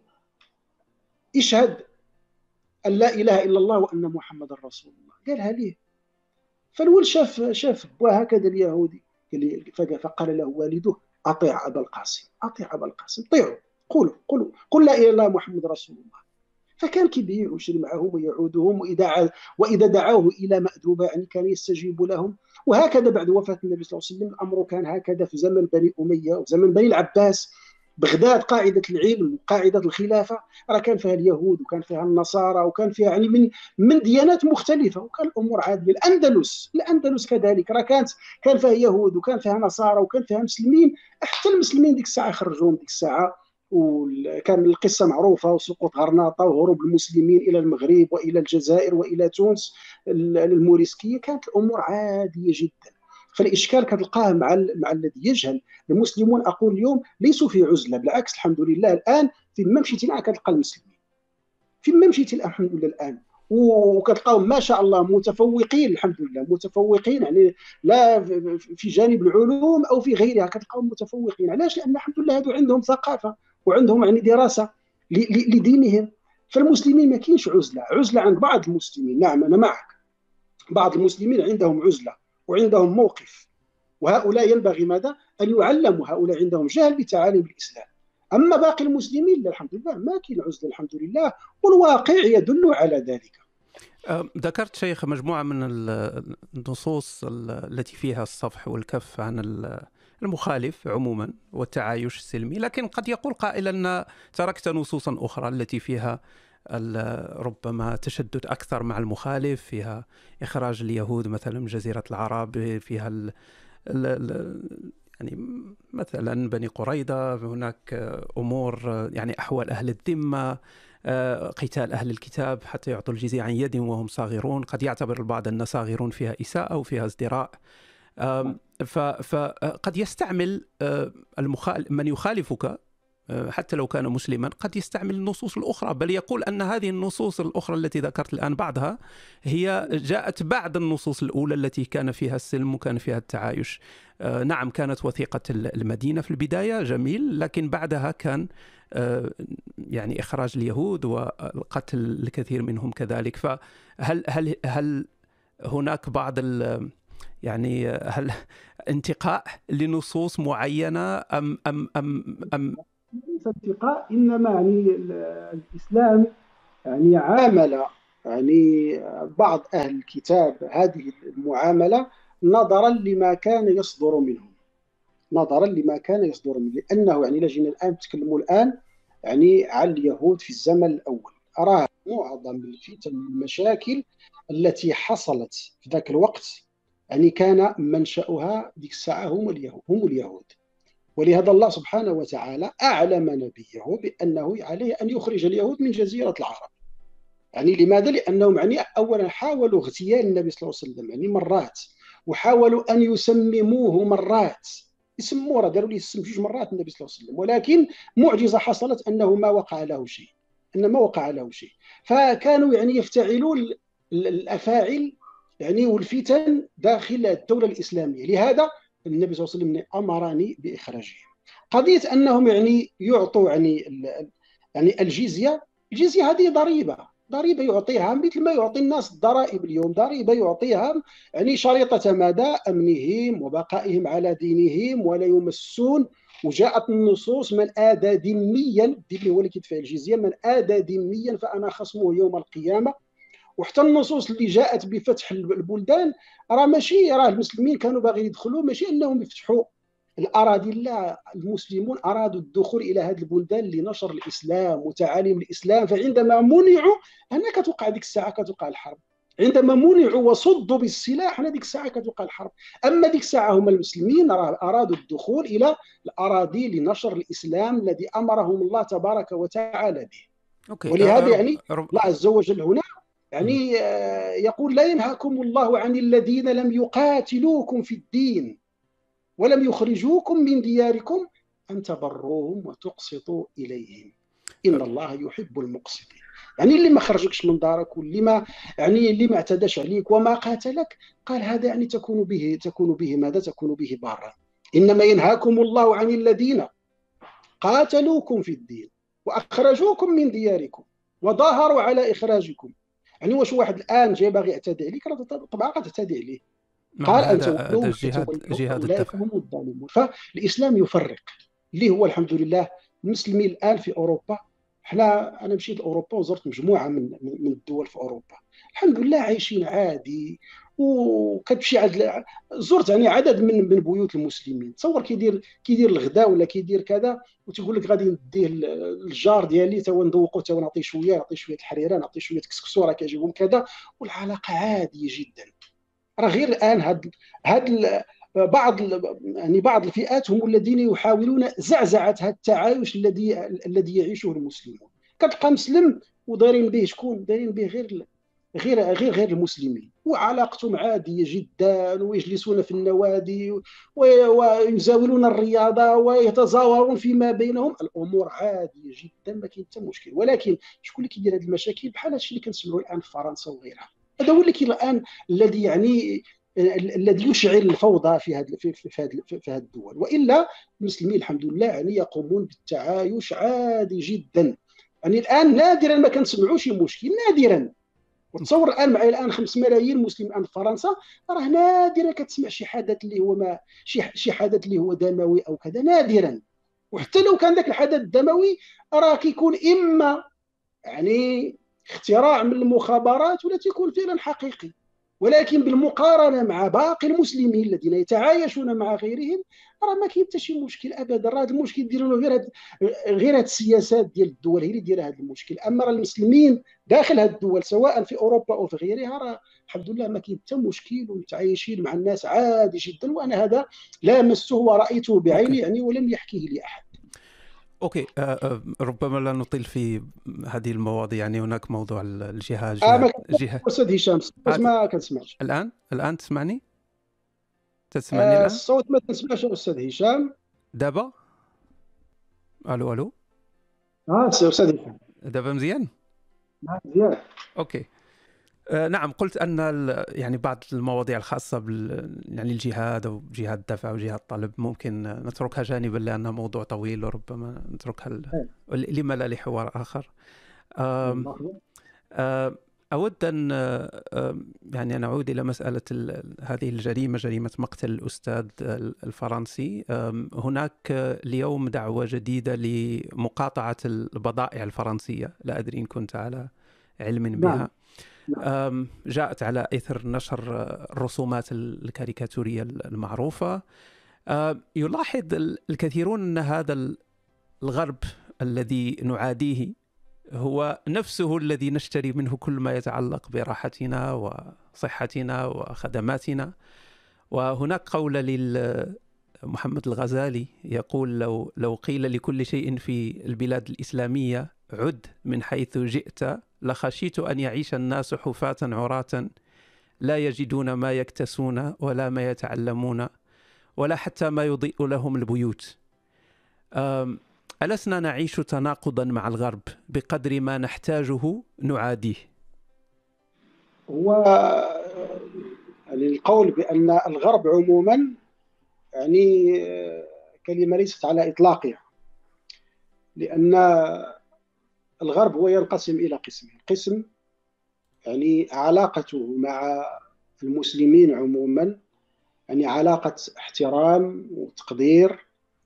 اشهد ان لا اله الا الله وان محمدا رسول الله، قالها ليه. فالولد شاف وهكذا اليهودي فقال له والده اطيع ابا القاسم، اطيع ابا القاسم، طيعوا، قل لا اله الا الله محمد رسول الله. فكان كيبيع ويشري معهم ويعودهم، واذا دعوه الى مأدوبه يعني كان يستجيب لهم. وهكذا بعد وفاه النبي صلى الله عليه وسلم الامر كان هكذا في زمن بني اميه وزمن بني العباس. بغداد قاعده العلم وقاعده الخلافه راه كان فيها اليهود وكان فيها النصارى وكان فيها يعني من ديانات مختلفه، وكان الامور عاديه. الاندلس كذلك راه كان فيها يهود وكان فيها نصارى وكان فيها مسلمين. حتى المسلمين ديك الساعه خرجوهم ديك الساعه، وكان القصه معروفه، وسقوط غرناطه وهروب المسلمين الى المغرب والى الجزائر والى تونس الموريسكيه، كانت الامور عاديه جدا. فالاشكال كتلقاه مع الذي يجهل. المسلمون اقول اليوم ليسوا في عزله، بالعكس الحمد لله. الان فين ما مشيتي الان كتلقى المسلمين، فين ما مشيتي الحمد لله الان، وكتلقاهم ما شاء الله متفوقين، الحمد لله متفوقين، يعني لا في جانب العلوم او في غيرها كتلقاهم متفوقين. علاش؟ لان الحمد لله هذو عندهم ثقافه وعندهم يعني دراسه لدينهم. فالمسلمين ما كاينش عزله عند بعض المسلمين. نعم انا معك، بعض المسلمين عندهم عزله وعندهم موقف، وهؤلاء ينبغي ماذا؟ ان يعلموا. هؤلاء عندهم جهل بتعاليم الاسلام. اما باقي المسلمين الحمد لله ما كاين عزله الحمد لله، والواقع يدل على ذلك. ذكرت شيخ مجموعة من النصوص التي فيها الصفح والكف عن المخالف عموما والتعايش السلمي، لكن قد يقول قائل أن تركت نصوصا أخرى التي فيها ربما تشدد أكثر مع المخالف، فيها إخراج اليهود مثلا من جزيرة العرب، فيها يعني مثلا بني قريظة، هناك أمور يعني أحوال أهل الذمة، قتال أهل الكتاب حتى يعطوا الجزية عن يد وهم صاغرون. قد يعتبر البعض أن صاغرون فيها إساءة وفيها ازدراء. فقد يستعمل من يخالفك حتى لو كان مسلما، قد يستعمل النصوص الأخرى، بل يقول أن هذه النصوص الأخرى التي ذكرت الآن بعضها هي جاءت بعد النصوص الأولى التي كان فيها السلم وكان فيها التعايش. نعم كانت وثيقة المدينة في البداية جميل، لكن بعدها كان يعني إخراج اليهود وقتل الكثير منهم كذلك. فهل هناك بعض يعني هل انتقاء لنصوص معينة أم ليس انتقاء، إنما يعني الإسلام يعني عامل يعني بعض أهل الكتاب هذه المعاملة نظرا لما كان يصدر منهم، نظرا لما كان يصدر منه، لأنه يعني لجينا الآن نتكلموا الآن يعني عن اليهود في الزمن الأول. أراه معظم الفتن والمشاكل التي حصلت في ذاك الوقت يعني كان منشأها ديك الساعة هم اليهود. ولهذا الله سبحانه وتعالى أعلم نبيه بأنه عليه أن يخرج اليهود من جزيرة العرب. يعني لماذا؟ لأنهم يعني أولا حاولوا اغتيال النبي صلى الله عليه وسلم يعني مرات، وحاولوا أن يسمموه مرات، يسموه راه داروا ليه السم جوج مرات النبي صلى الله عليه وسلم، ولكن معجزة حصلت أنه ما وقع له شيء، أن ما وقع له شيء. فكانوا يعني يفتعلون الأفاعيل يعني والفتن داخل الدولة الإسلامية. لهذا النبي صلى الله عليه وسلم أمرني بإخراجهم. قضية أنهم يعني يعطوا يعني الجزية، الجزية هذه ضريبة يعطيها مثل ما يعطي الناس الضرائب اليوم، ضريبة يعطيها يعني شريطة مدى أمنهم وبقائهم على دينهم ولا يمسون. وجاءت النصوص: من آدى ذميا، الذمي هو اللي كيدفع الجزية، من آدى ذميا فأنا خصمه يوم القيامة. وحتى النصوص اللي جاءت بفتح البلدان، راه ماشي راه المسلمين كانوا باغيين يدخلوا، ماشي انهم يفتحوا الاراضي، لا، المسلمون ارادوا الدخول الى هذه البلدان لنشر الاسلام وتعاليم الاسلام. فعندما منعوا هنا كتوقع ديك الساعه كتوقع الحرب، عندما منعوا وصدوا بالسلاح هنا ديك الساعه كتوقع الحرب. اما ديك الساعه هم المسلمين ارادوا الدخول الى الاراضي لنشر الاسلام الذي امرهم الله تبارك وتعالى به. أوكي. ولهذا يعني الله عز وجل هنا يعني يقول: لا ينهاكم الله عن الذين لم يقاتلوكم في الدين ولم يخرجوكم من دياركم أن تبروهم وتقسطوا إليهم إن الله يحب المقسطين. يعني اللي ما خرجكش من دارك واللي ما يعني اللي ما اعتداش عليك وما قاتلك، قال هذا يعني تكون به ماذا؟ تكون به بارا. إنما ينهاكم الله عن الذين قاتلوكم في الدين وأخرجوكم من دياركم وظاهروا على إخراجكم. يعني واش واحد الآن جاي باغي يعتدي عليك، راه طبعا غتعتدي عليه. نعم، قال أن هذا تولوا جهاد فأولئك الدفع. هم الظالمون. فالإسلام يفرق، اللي هو الحمد لله المسلمين الآن في أوروبا. أنا مشيت لأوروبا وزرت مجموعة من الدول في أوروبا، الحمد لله عايشين عادي. وكتمشي زرت يعني عدد من بيوت المسلمين، تصور كيدير الغداء ولا كيدير كذا وتقول لك غادي نديه الجار ديالي تا نذوقوا تا نعطيه شويه، نعطيه شويه الحريره، نعطيه شويه كسكسو، راه كيعجبهم كذا، والعلاقه عاديه جدا. راه غير الان بعض الفئات هم الذين يحاولون زعزعه هذا التعايش الذي يعيشه المسلمون. كتلقى مسلم ودايرين به شكون؟ دايرين به غير المسلمين، وعلاقتهم عاديه جدا، ويجلسون في النوادي ويزاولون الرياضه ويتزاورون فيما بينهم، الامور عاديه جدا ما كاين حتى مشكل. ولكن شكون اللي كيدير هذه المشاكل؟ بحال هادشي اللي كنسمعوا الان في فرنسا وغيرها. هذا هو اللي كاين الان، الذي يعني الذي يشعل الفوضى في هذه الدول. والا المسلمين الحمد لله يعني يقومون بالتعايش عادي جدا. يعني الان نادرا ما كنسمعوا شي مشكل، نادرا. وتصور الان معي الان 5 ملايين مسلم الان في فرنسا، راه نادرا كتسمع شي حدث اللي هو ما شي حدث اللي هو دموي او كذا، نادرا. وحتى لو كان ذاك الحدث الدموي راه كيكون اما يعني اختراع من المخابرات ولا تيكون فعلا حقيقي. ولكن بالمقارنه مع باقي المسلمين الذين يتعايشون مع غيرهم، راه ما كاين حتى شي مشكل ابدا. راه هذا المشكل يديروا له غير هاد السياسات ديال الدول هي اللي دايره هذا المشكل. اما راه المسلمين داخل هذه الدول سواء في اوروبا او في غيرها، راه الحمد لله ما كاين حتى مشكل ومتعايشين مع الناس عادي جدا. وانا هذا لامسته ورايته بعيني يعني، ولم يحكيه لي احد. أوكي. ربما لا نطيل في هذه المواضيع. يعني هناك موضوع الجهاد ما جهاد. استاذ هشام الصوت ما كنسمعش. الآن تسمعني الآن؟ الصوت ما تسمعش استاذ هشام. دابا؟ ألو. استاذ هشام. دابا مزيان؟ مزيان. أوكي. نعم، قلت أن يعني بعض المواضيع الخاصة يعني الجهاد أو جهاد الدفع وجهاد الطلب ممكن نتركها جانبا لأنها موضوع طويل، وربما نتركها لما لا لحوار آخر. أود أن يعني أن أعود إلى مسألة هذه الجريمة، جريمة مقتل الأستاذ الفرنسي. هناك اليوم دعوة جديدة لمقاطعة البضائع الفرنسية، لا أدري إن كنت على علم بها. نعم نعم. جاءت على إثر نشر الرسومات الكاريكاتورية المعروفة. يلاحظ الكثيرون أن هذا الغرب الذي نعاديه هو نفسه الذي نشتري منه كل ما يتعلق براحتنا وصحتنا وخدماتنا. وهناك قول لمحمد الغزالي يقول: لو قيل لكل شيء في البلاد الإسلامية عد من حيث جئت لخشيت أن يعيش الناس حفاة عراة لا يجدون ما يكتسون ولا ما يتعلمون ولا حتى ما يضيء لهم البيوت. ألسنا نعيش تناقضا مع الغرب بقدر ما نحتاجه نعاديه؟ هو يعني القول بأن الغرب عموما يعني كلمة ليست على إطلاقها، لأن الغرب هو ينقسم إلى قسمين. قسم يعني علاقته مع المسلمين عموما، يعني علاقة احترام وتقدير،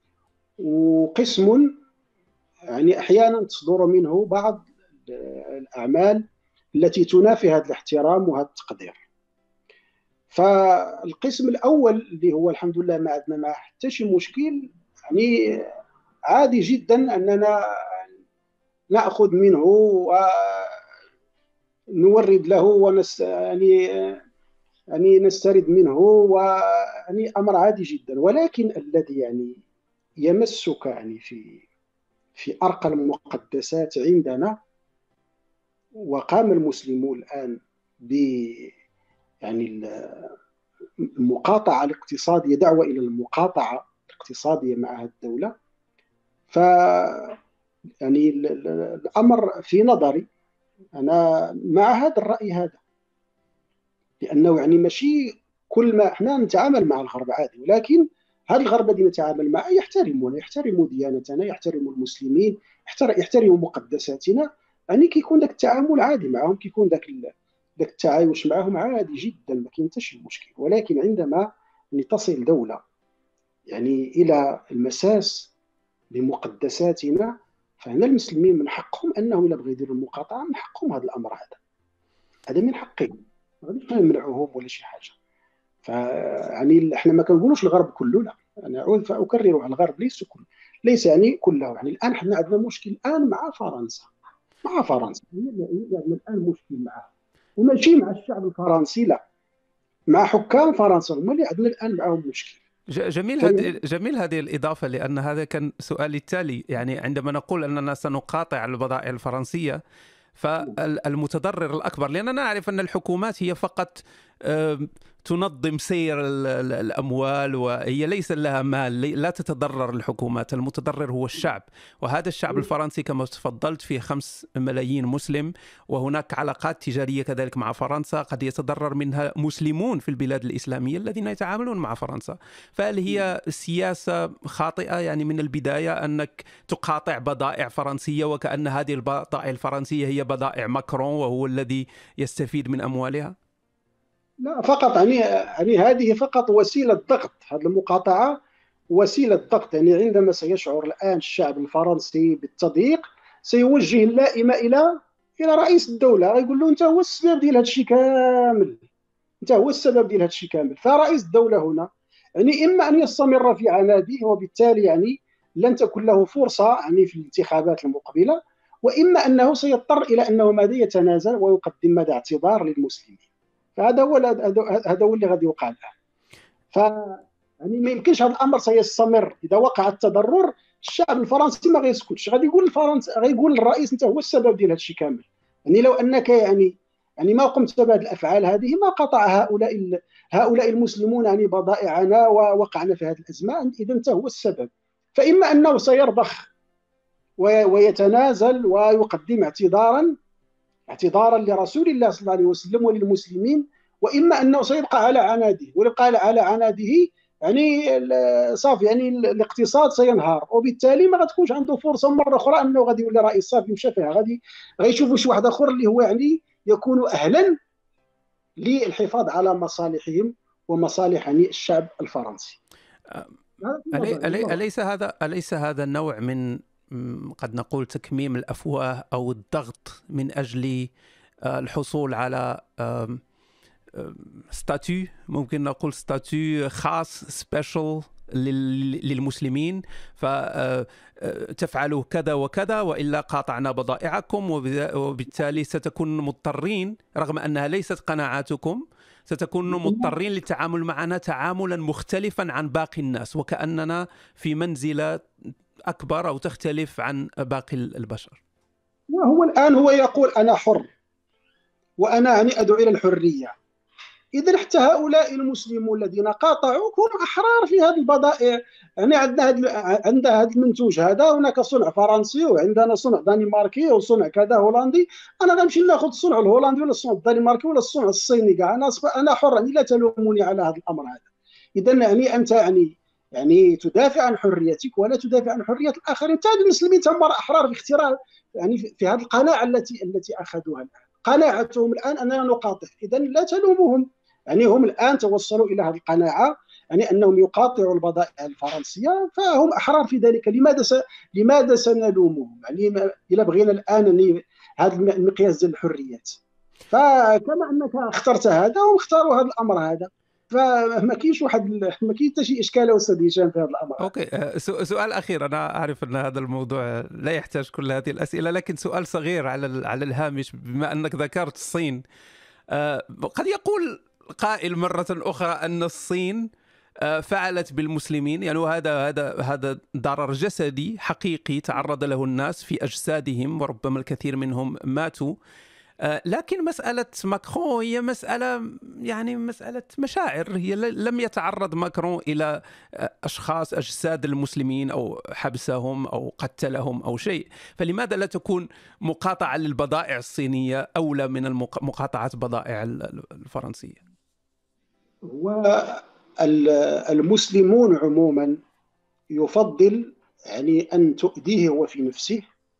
وقسم يعني أحيانا تصدر منه بعض الأعمال التي تنافي هذا الاحترام وهذا التقدير. فالقسم الأول اللي هو الحمد لله ما عندنا معه حتى شي مشكل، يعني عادي جدا أننا نأخذ منه ونورد له يعني نسترد منه، ويعني أمر عادي جدا. ولكن الذي يعني يمسك يعني في أرقى المقدسات عندنا، وقام المسلمون الآن ب يعني المقاطعة الاقتصادية، دعوة إلى المقاطعة الاقتصادية مع هذه الدولة. ف يعني الأمر في نظري أنا مع هذا الرأي هذا، لأنه يعني ماشي كل ما احنا نتعامل مع الغرب عادي، ولكن هذا الغرب الذي نتعامل معه يحترمنا، يحترموا ديانتنا، يحترموا المسلمين، يحترموا مقدساتنا. يعني كيكون ذاك التعامل عادي معهم، كيكون ذاك التعايش معهم عادي جدا، ما كاين حتى شي مشكل. ولكن عندما يعني تصل دولة يعني إلى المساس بمقدساتنا، فهنا المسلمين من حقهم أنهم إلا بغوا يديروا المقاطعة، من حقهم هذا الأمر، هذا من حقهم، ما غاديش نمنعوهم ولا شي حاجة. فيعني احنا ما كنقولوش الغرب كله، لا، انا اعود فاكرر على الغرب ليس يعني كله. يعني الان احنا عندنا مشكل الان مع فرنسا، هي اللي عندنا الان مشكل معها، وماشي مع الشعب الفرنسي، لا، مع حكام فرنسا هما اللي عندنا الان معهم مشكل. جميل هذه الإضافة، لأن هذا كان سؤالي التالي. يعني عندما نقول أننا سنقاطع البضائع الفرنسية، فالمتضرر الأكبر، لأننا نعرف أن الحكومات هي فقط تنظم سير الأموال، وهي ليس لها مال، لا تتضرر الحكومات، المتضرر هو الشعب. وهذا الشعب الفرنسي كما تفضلت فيه 5 ملايين مسلم، وهناك علاقات تجارية كذلك مع فرنسا قد يتضرر منها مسلمون في البلاد الإسلامية الذين يتعاملون مع فرنسا. فهل هي سياسة خاطئة يعني من البداية أنك تقاطع بضائع فرنسية وكأن هذه البضائع الفرنسية هي بضائع ماكرون وهو الذي يستفيد من أموالها؟ لا، فقط يعني هذه فقط وسيلة ضغط، هذه المقاطعة وسيلة ضغط. يعني عندما سيشعر الآن الشعب الفرنسي بالتضييق، سيوجه اللائمة إلى رئيس الدولة، يقول له أنت هو السبب ديال هذا الشيء كامل، أنت هو السبب ديال هذا الشيء كامل. فرئيس الدولة هنا يعني إما أن يستمر في عناده، وبالتالي يعني لن تكون له فرصة يعني في الانتخابات المقبلة، وإما أنه سيضطر إلى أنه ماذا يتنازل ويقدم ماذا اعتذار للمسلمين. هذا هو اللي غادي يوقع الان. ف يعني ما يمكنش هذا الامر سيستمر. اذا وقع التضرر الشعب الفرنسي ما غيسكتش، غادي يقول غيقول للرئيس انت هو السبب ديال هذا الشيء كامل. يعني لو انك يعني ما قمت بهذه الافعال هذه ما قطع هؤلاء المسلمون يعني بضائعنا ووقعنا في هذه الازمه، اذا انت هو السبب. فاما انه سيرضخ ويتنازل ويقدم اعتذارا لرسول الله صلى الله عليه وسلم وللمسلمين، واما انه سيبقى على عناده، ويبقى على عناده يعني صافي، يعني الاقتصاد سينهار، وبالتالي ما غتكونش عنده فرصه مره اخرى انه غادي يولي رئيس. صافي مشى فيها، غادي غيشوفوا شي واحد اخر اللي هو يعني يكونوا أهلا للحفاظ على مصالحهم ومصالح الشعب الفرنسي. هذا في نظري والله. أليس هذا نوع من قد نقول تكميم الأفواه أو الضغط من أجل الحصول على ستاتيو، ممكن نقول ستاتيو خاص سبيشال للمسلمين، فتفعلوا كذا وكذا وإلا قاطعنا بضائعكم، وبالتالي ستكون مضطرين رغم أنها ليست قناعاتكم ستكونوا مضطرين للتعامل معنا تعاملا مختلفا عن باقي الناس، وكأننا في منزلة أكبر أو تختلف عن باقي البشر. وهو الآن هو يقول أنا حر وأنا أدعو إلى الحرية. إذا حتى هؤلاء المسلمون الذين قاطعوا كونوا أحرار في هذه البضائع. عندنا هذا المنتوج هذا، هناك صنع فرنسي وعندنا صنع دنماركي وصنع كذا هولندي، أنا غنمشي ناخذ الصنع الهولندي ولا الصنع الدنماركي ولا الصنع الصيني كاع، أنا حر، لا تلوموني على هذا الأمر هذا. إذا أنت تدافع عن حريتك ولا تدافع عن حرية الآخرين. تاع المسلمين تم أحرار في اختراع في هذه القناعة التي أخذوها الآن. قناعتهم الآن أننا نقاطع، إذا لا تلوموهم. هم الآن توصلوا إلى هذه القناعة أنهم يقاطعوا البضائع الفرنسية، فهم أحرار في ذلك. لماذا سنلومهم؟ إذا بغينا الآن هذا المقياس ديال الحريات، فكما أنك اخترت هذا وهم اختاروا هذا الأمر هذا، فما كاينش ما كاين حتى شي اشكال استاذ هشام في هذا الامر. اوكي، سؤال اخير. انا اعرف ان هذا الموضوع لا يحتاج كل هذه الاسئله، لكن سؤال صغير على الهامش، بما انك ذكرت الصين. قد يقول قائل مرة أخرى أن الصين فعلت بالمسلمين، يعني هذا ضرر جسدي حقيقي تعرض له الناس في أجسادهم وربما الكثير منهم ماتوا. لكن مسألة ماكرون هي مسألة مشاعر. هي لم يتعرض ماكرون إلى أشخاص أجساد المسلمين أو حبسهم أو قتلهم أو شيء، فلماذا لا تكون مقاطعة للبضائع الصينية أولى من مقاطعة البضائع الفرنسية؟ والمسلمون عموما يفضل أن تؤذيه هو في نفسه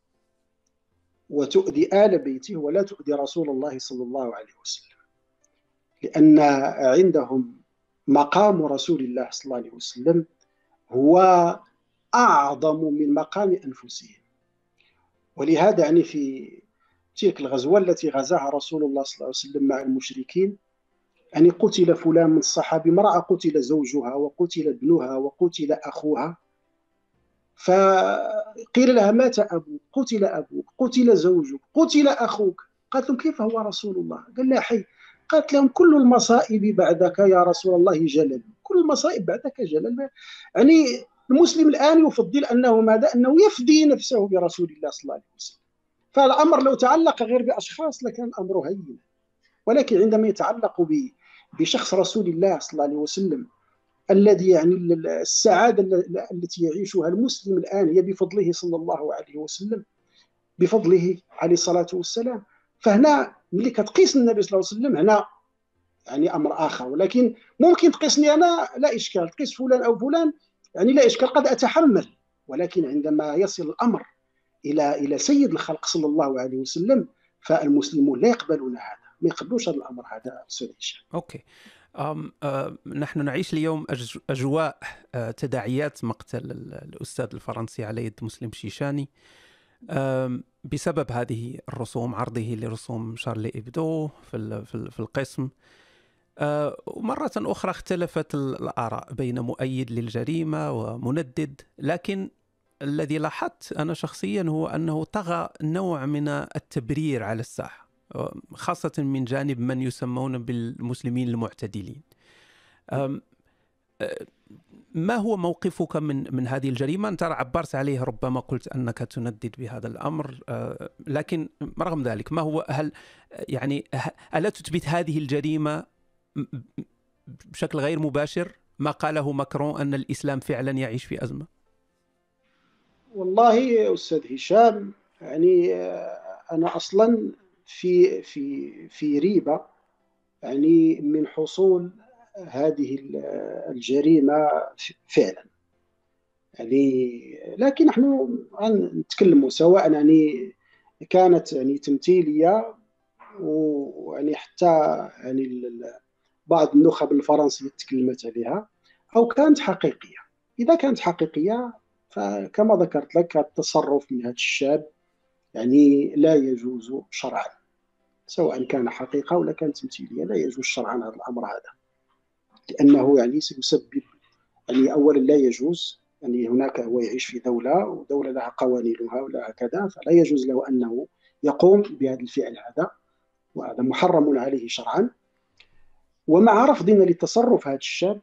وتؤذي آل بيته ولا تؤذي رسول الله صلى الله عليه وسلم، لأن عندهم مقام رسول الله صلى الله عليه وسلم هو أعظم من مقام أنفسهم. ولهذا في تلك الغزوة التي غزاها رسول الله صلى الله عليه وسلم مع المشركين، قتل فلان من الصحابة، امرأة قتل زوجها وقتل ابنها وقتل أخوها، فقيل لها مات أبوك، قتل أبوك، قتل زوجك، قتل أخوك. قالت لهم كيف هو رسول الله؟ قال لها حي. قالت لهم كل المصائب بعدك يا رسول الله جلل، كل المصائب بعدك جلل. المسلم الآن يفضل أنه يفدي نفسه برسول الله صلى الله عليه وسلم. فالأمر لو تعلق غير بأشخاص لكان الأمر هين، ولكن عندما يتعلق بشخص رسول الله صلى الله عليه وسلم الذي السعادة التي يعيشها المسلم الآن هي بفضله صلى الله عليه وسلم، بفضله عليه الصلاة والسلام. فهنا ملي كتقيس النبي صلى الله عليه وسلم هنا أمر آخر، ولكن ممكن تقيسني أنا لا إشكال، تقيس فلان أو فلان لا إشكال، قد أتحمل. ولكن عندما يصل الأمر إلى سيد الخلق صلى الله عليه وسلم فالمسلمون لا يقبلون هذا، ما يقبلوش هذا الأمر هذا أستاذ هشام. أوكي. نحن نعيش اليوم أجواء تداعيات مقتل الأستاذ الفرنسي على يد مسلم شيشاني بسبب هذه الرسوم، عرضه لرسوم شارلي إبدو في القسم. ومرة أخرى اختلفت الآراء بين مؤيد للجريمة ومندد، لكن الذي لاحظت أنا شخصيا هو أنه طغى نوع من التبرير على الساحة، خاصة من جانب من يسمون بالمسلمين المعتدلين. ما هو موقفك من هذه الجريمة؟ أنت عبرت عليه، ربما قلت أنك تندد بهذا الأمر، لكن رغم ذلك ما هو ألا تثبت هذه الجريمة بشكل غير مباشر ما قاله ماكرون أن الإسلام فعلا يعيش في أزمة؟ والله أستاذ هشام أنا أصلا في ريبة من حصول هذه الجريمة فعلا. لكن نحن نتكلم سواء كانت تمثيلية ويعني حتى يعني بعض النخب الفرنسية تكلمت عليها، أو كانت حقيقية. إذا كانت حقيقية فكما ذكرت لك التصرف من هذا الشاب يعني لا يجوز شرعا، سواء كان حقيقة ولا كان تمثيلية، لا يجوز شرعا هذا الأمر هذا، لأنه يعني سيسبب يعني أولا لا يجوز، يعني هناك هو يعيش في دولة، ودولة لها قوانينها ولها كذا، فلا يجوز له أنه يقوم بهذا الفعل هذا، وهذا محرم عليه شرعا. ومع رفضنا لتصرف هذا الشاب،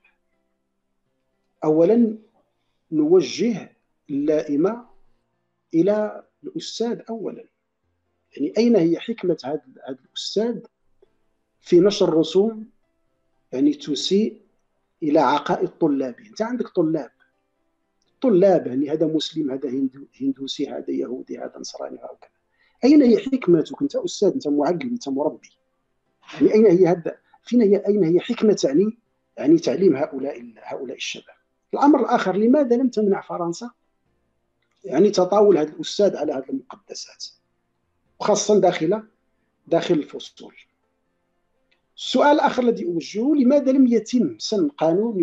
أولا نوجه اللائمة إلى الأستاذ أولا. يعني أين هي حكمة هذا الأستاذ في نشر رسوم يعني تسيء إلى عقائد طلابه؟ أنت عندك طلاب يعني هذا مسلم، هذا هندوسي، هذا يهودي، هذا نصراني، هكذا. أين هي حكمتك؟ أنت أستاذ، أنت معلم، أنت مربي. يعني أين هي حكمة يعني تعليم هؤلاء الشباب؟ الأمر الآخر، لماذا لم تمنع فرنسا يعني تطاول هذا الأستاذ على هذه المقدسات، وخاصة داخل الفصول؟ السؤال الآخر الذي أوجهه، لماذا لم يتم سن قانون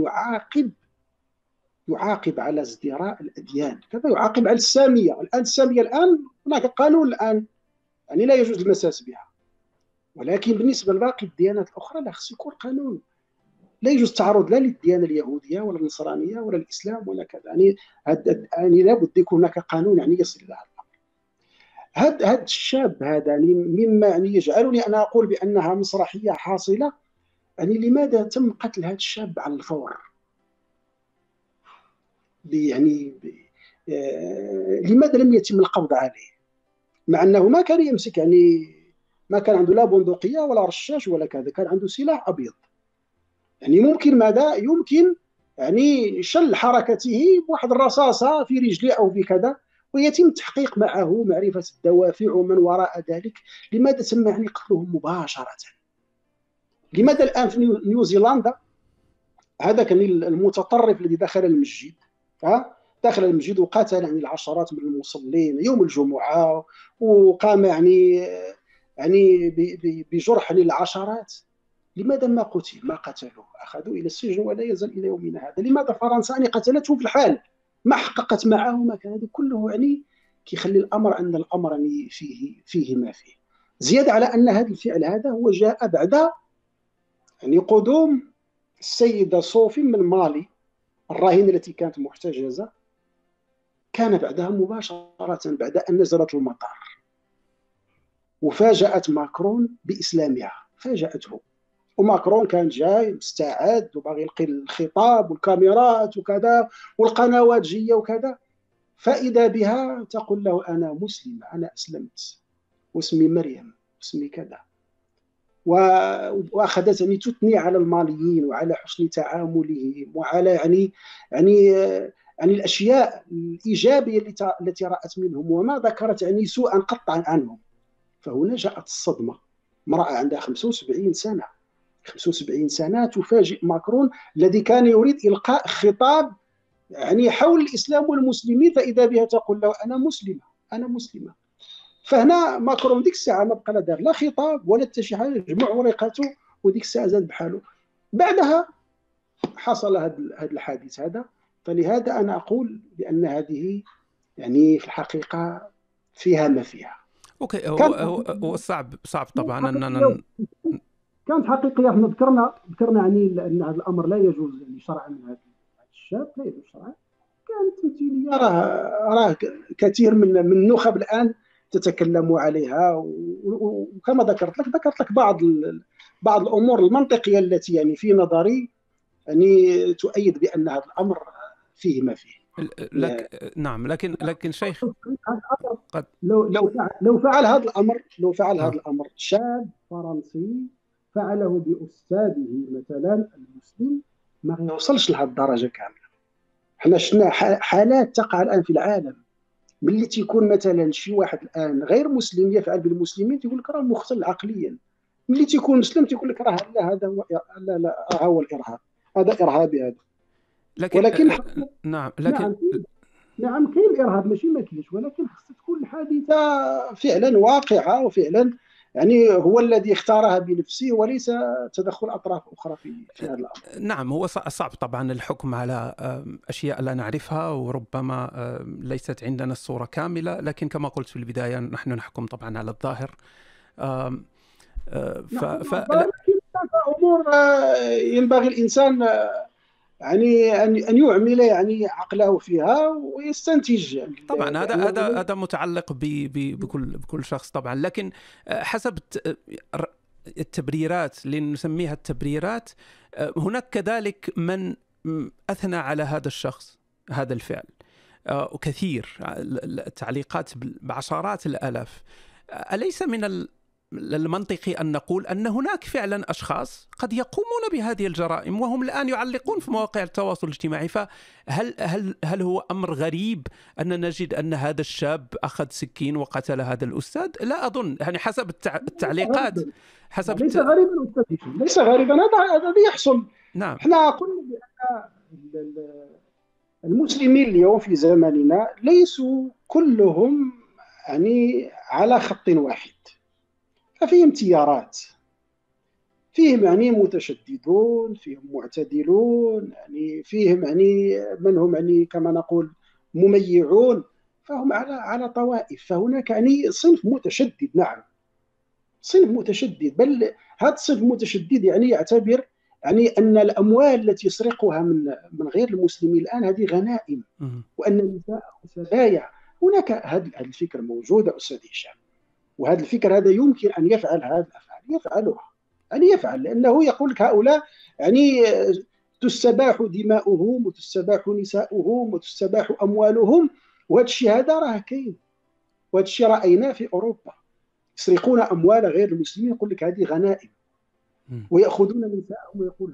يعاقب على ازدراء الأديان، كذا يعاقب على السامية؟ الآن هناك قانون الآن يعني لا يجوز المساس بها، ولكن بالنسبة لباقي الديانات الأخرى لا، خص يكون قانون. لا يجوز التعرض لا للديانة اليهودية ولا النصرانية ولا الإسلام ولا كذا، يعني لابد يكون هناك قانون يعني يصل إلى هذا. هذا الشاب هذا يعني مما يعني يجعلني أنا أقول بأنها مسرحية حاصلة. يعني لماذا تم قتل هذا الشاب على الفور؟ لماذا لم يتم القبض عليه، مع أنه ما كان يمسك يعني ما كان عنده لا بندقية ولا رشاش ولا كذا، كان عنده سلاح أبيض. يعني يمكن يعني شل حركته بواحد الرصاصة في رجليه أو في كذا، ويتم التحقيق معه، معرفة الدوافع ومن وراء ذلك. لماذا تم يعني قتله مباشرة؟ لماذا الآن في نيوزيلندا هذا كان المتطرف الذي دخل المسجد وقتل يعني العشرات من المصلين يوم الجمعة، وقام يعني بجرح للعشرات، لماذا ما قتل؟ ما قتلوه، أخذوه إلى السجن ولا يزال إلى يومنا هذا. لماذا فرنسا يعني قتلته في الحال، ما حققت معه ما كان؟ هذا كله يعني كيخلي الأمر أن الأمر يعني فيه ما فيه. زيادة على أن هذا الفعل هذا هو جاء بعد يعني قدوم السيدة صوفي من مالي، الراهنة التي كانت محتجزة، كان بعدها مباشرة بعد أن نزلت المطار وفاجأت ماكرون بإسلامها، فاجأته. وماكرون كان جاي مستعد وباغي يلقي الخطاب والكاميرات وكذا والقنوات جيه وكذا، فإذا بها تقول له أنا مسلمة، أنا أسلمت، واسمي مريم، واسمي كذا. واخذت يعني تثني على الماليين وعلى حسن تعاملهم وعلى يعني الاشياء الايجابيه التي رات منهم، وما ذكرت يعني سوءا قطعا عنهم. فهنا جاءت الصدمه، امراه عندها 75 سنه تفاجئ ماكرون الذي كان يريد القاء خطاب يعني حول الاسلام والمسلمين، فاذا بها تقول له انا مسلمه، انا مسلمه. فهنا ماكرون ديك الساعه ما بقى لا دار لا خطاب ولا حتى شي حاجه، جمع ورقته وديك الساعه زاد بحاله. بعدها حصل هذا الحادث هذا. فلهذا انا اقول بان هذه يعني في الحقيقه فيها ما فيها. اوكي. هو صعب طبعا اننا كانت حقيقيه. احنا ذكرنا يعني ان هذا الامر لا يجوز يعني شرعا، هذا الشاب لا يجوز شرعا. كانت تمثيليه، راه كثير من النخب الان تتكلم عليها، وكما ذكرت لك بعض الامور المنطقيه التي يعني في نظري يعني تؤيد بان هذا الامر فيه ما فيه. نعم، لكن شيخ، قد لو فعل هذا الامر شاب فرنسي فعله باستاذه مثلا المسلم، ما يوصلش لهذه الدرجه كامله. احنا شفنا حالات تقع الان في العالم، ملي تيكون مثلا شي واحد الان غير مسلم يفعل بالمسلمين تيقول لك راه مختل عقليا، ملي تيكون مسلم تيقول لك راه لا، هذا هو هو الارهاب، هذا ارهابي هذا. ولكن نعم، لكن كاين الارهاب، ماشي ما كاينش، ولكن خصها تكون الحادثه فعلا واقعه وفعلا يعني هو الذي اختارها بنفسه وليس تدخل أطراف أخرى في هذا الأمر. نعم، هو صعب طبعا الحكم على أشياء لا نعرفها، وربما ليست عندنا الصورة كاملة، لكن كما قلت في البداية نحن نحكم طبعا على الظاهر. آم، آه، ف... ف... لا، لكن هناك أمور ينبغي الإنسان يعني أن يعمل يعني عقله فيها ويستنتج طبعا يعني. هذا متعلق بكل شخص طبعا، لكن حسب التبريرات اللي نسميها التبريرات، هناك كذلك من أثنى على هذا الشخص، هذا الفعل، وكثير التعليقات بعشرات الآلاف. أليس من المنطقي أن نقول أن هناك فعلا أشخاص قد يقومون بهذه الجرائم وهم الآن يعلقون في مواقع التواصل الاجتماعي؟ فهل هو أمر غريب أن نجد أن هذا الشاب أخذ سكين وقتل هذا الأستاذ؟ لا أظن، يعني حسب التعليقات، حسب ليس غريبا أستاذ، ليس غريبا، هذا يحصل. نعم. احنا قلنا بأن المسلمين اليوم في زماننا ليسوا كلهم يعني على خط واحد، ففيهم تيارات، فيهم يعني متشددون، فيهم معتدلون، يعني فيهم يعني من هم يعني كما نقول مميعون، فهم على طوائف. فهناك يعني صنف متشدد، نعم صنف متشدد، بل هذا الصنف المتشدد يعني يعتبر يعني ان الاموال التي يسرقها من غير المسلمين الان هذه غنائم، وان النساء سبايا. هناك هذا الفكر موجود استاذ هشام، وهذا الفكر هذا يمكن ان يفعل هذه الافعال، يفعلها، يعني يفعل، لانه يقول لك هؤلاء يعني تستباح دماؤهم وتستباح نساؤهم وتستباح اموالهم، وهذا الشيء هذا راه كاين، وهذا الشيء رايناه في اوروبا، يسرقون اموال غير المسلمين، يقول لك هذه غنائم، ويأخذون نساءهم ويقول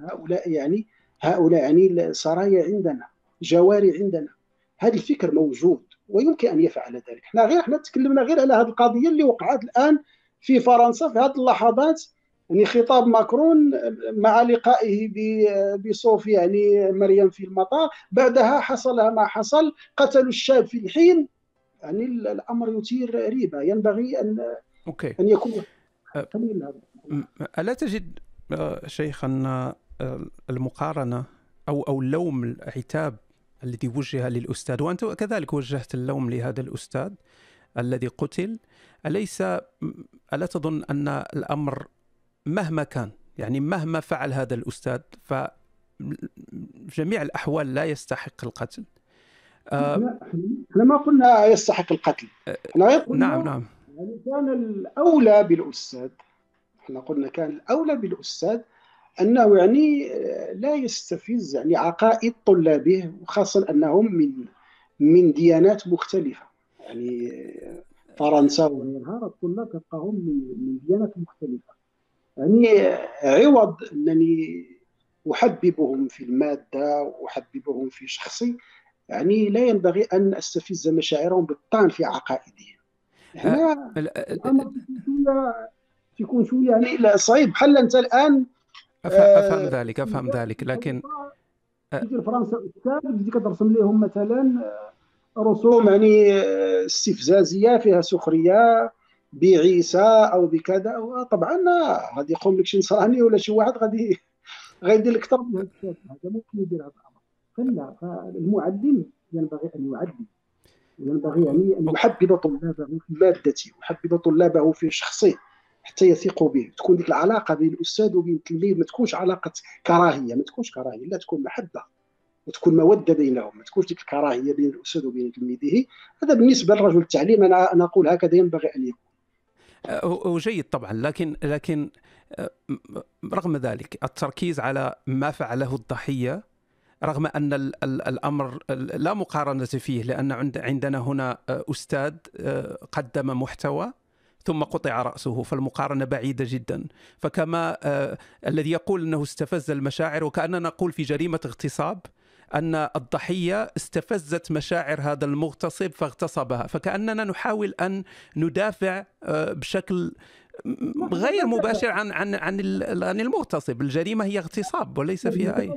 هؤلاء يعني سرايا عندنا، جواري عندنا. هذا الفكر موجود ويمكن أن يفعل ذلك. احنا تكلمنا غير على هذه القضية اللي وقعت الآن في فرنسا في هذه اللحظات، يعني خطاب ماكرون مع لقائه بصوفيا يعني مريم في المطار، بعدها حصل ما حصل، قتلوا الشاب في الحين. يعني الأمر يثير ريبة، ينبغي أن يكون قليل هذا. ألا تجد شيخ أن المقارنة أو اللوم، العتاب الذي وجه للأستاذ، وأنت كذلك وجهت اللوم لهذا الأستاذ الذي قتل، ألا تظن أن الأمر مهما كان، يعني مهما فعل هذا الأستاذ، فجميع الأحوال لا يستحق القتل؟ احنا ما قلنا يستحق القتل، احنا قلنا نعم يعني كان الأولى بالأستاذ، احنا قلنا كان الأولى بالأستاذ أنه يعني لا يستفز يعني عقائد طلابه، وخاصة أنهم من ديانات مختلفة، يعني فرنسا وغيرها الطلاب تلقاهم من ديانات مختلفة. يعني عوض أنني أحببهم في المادة وأحببهم في شخصي، يعني لا ينبغي أن أستفز مشاعرهم بالطعن في عقائدهم. هنا الأمر يكون شوية يعني لا صعيب. بحال أنت الآن أفهم ذلك، لكن تيجي لفرنسا أستاذ بدي كترسم لهم مثلا رسوم يعني استفزازية فيها سخرية بعيسى أو بكذا، طبعا غادي يقوم لك شي نصراني ولا شي واحد غادي يدير لك طرد من هذا الشيء، هذا ممكن يدير هذا الأمر. فلا، فالمعلم ينبغي أن يعلم، وينبغي يعني أن يحبب طلابه في مادته ويحبب طلابه في شخصه حتى يثقوا به، تكون ديك العلاقه بين الاستاذ وبين التلميذ ما تكونش علاقه كراهيه، ما تكونش كراهيه، لا تكون محبه وتكون موده بينهم، ما تكونش ديك الكراهيه بين الاستاذ وبين تلميذه. هذا بالنسبه لرجل التعليم انا اقول هكذا ينبغي ان يكون. هو جيد طبعا، لكن رغم ذلك التركيز على ما فعله الضحيه، رغم أن الأمر لا مقارنة فيه، لأن عندنا هنا أستاذ قدم محتوى ثم قطع رأسه، فالمقارنة بعيدة جدا. فكما الذي يقول أنه استفز المشاعر، وكأننا نقول في جريمة اغتصاب أن الضحية استفزت مشاعر هذا المغتصب فاغتصبها، فكأننا نحاول أن ندافع بشكل غير مباشر عن المغتصب. الجريمة هي اغتصاب وليس فيها أي.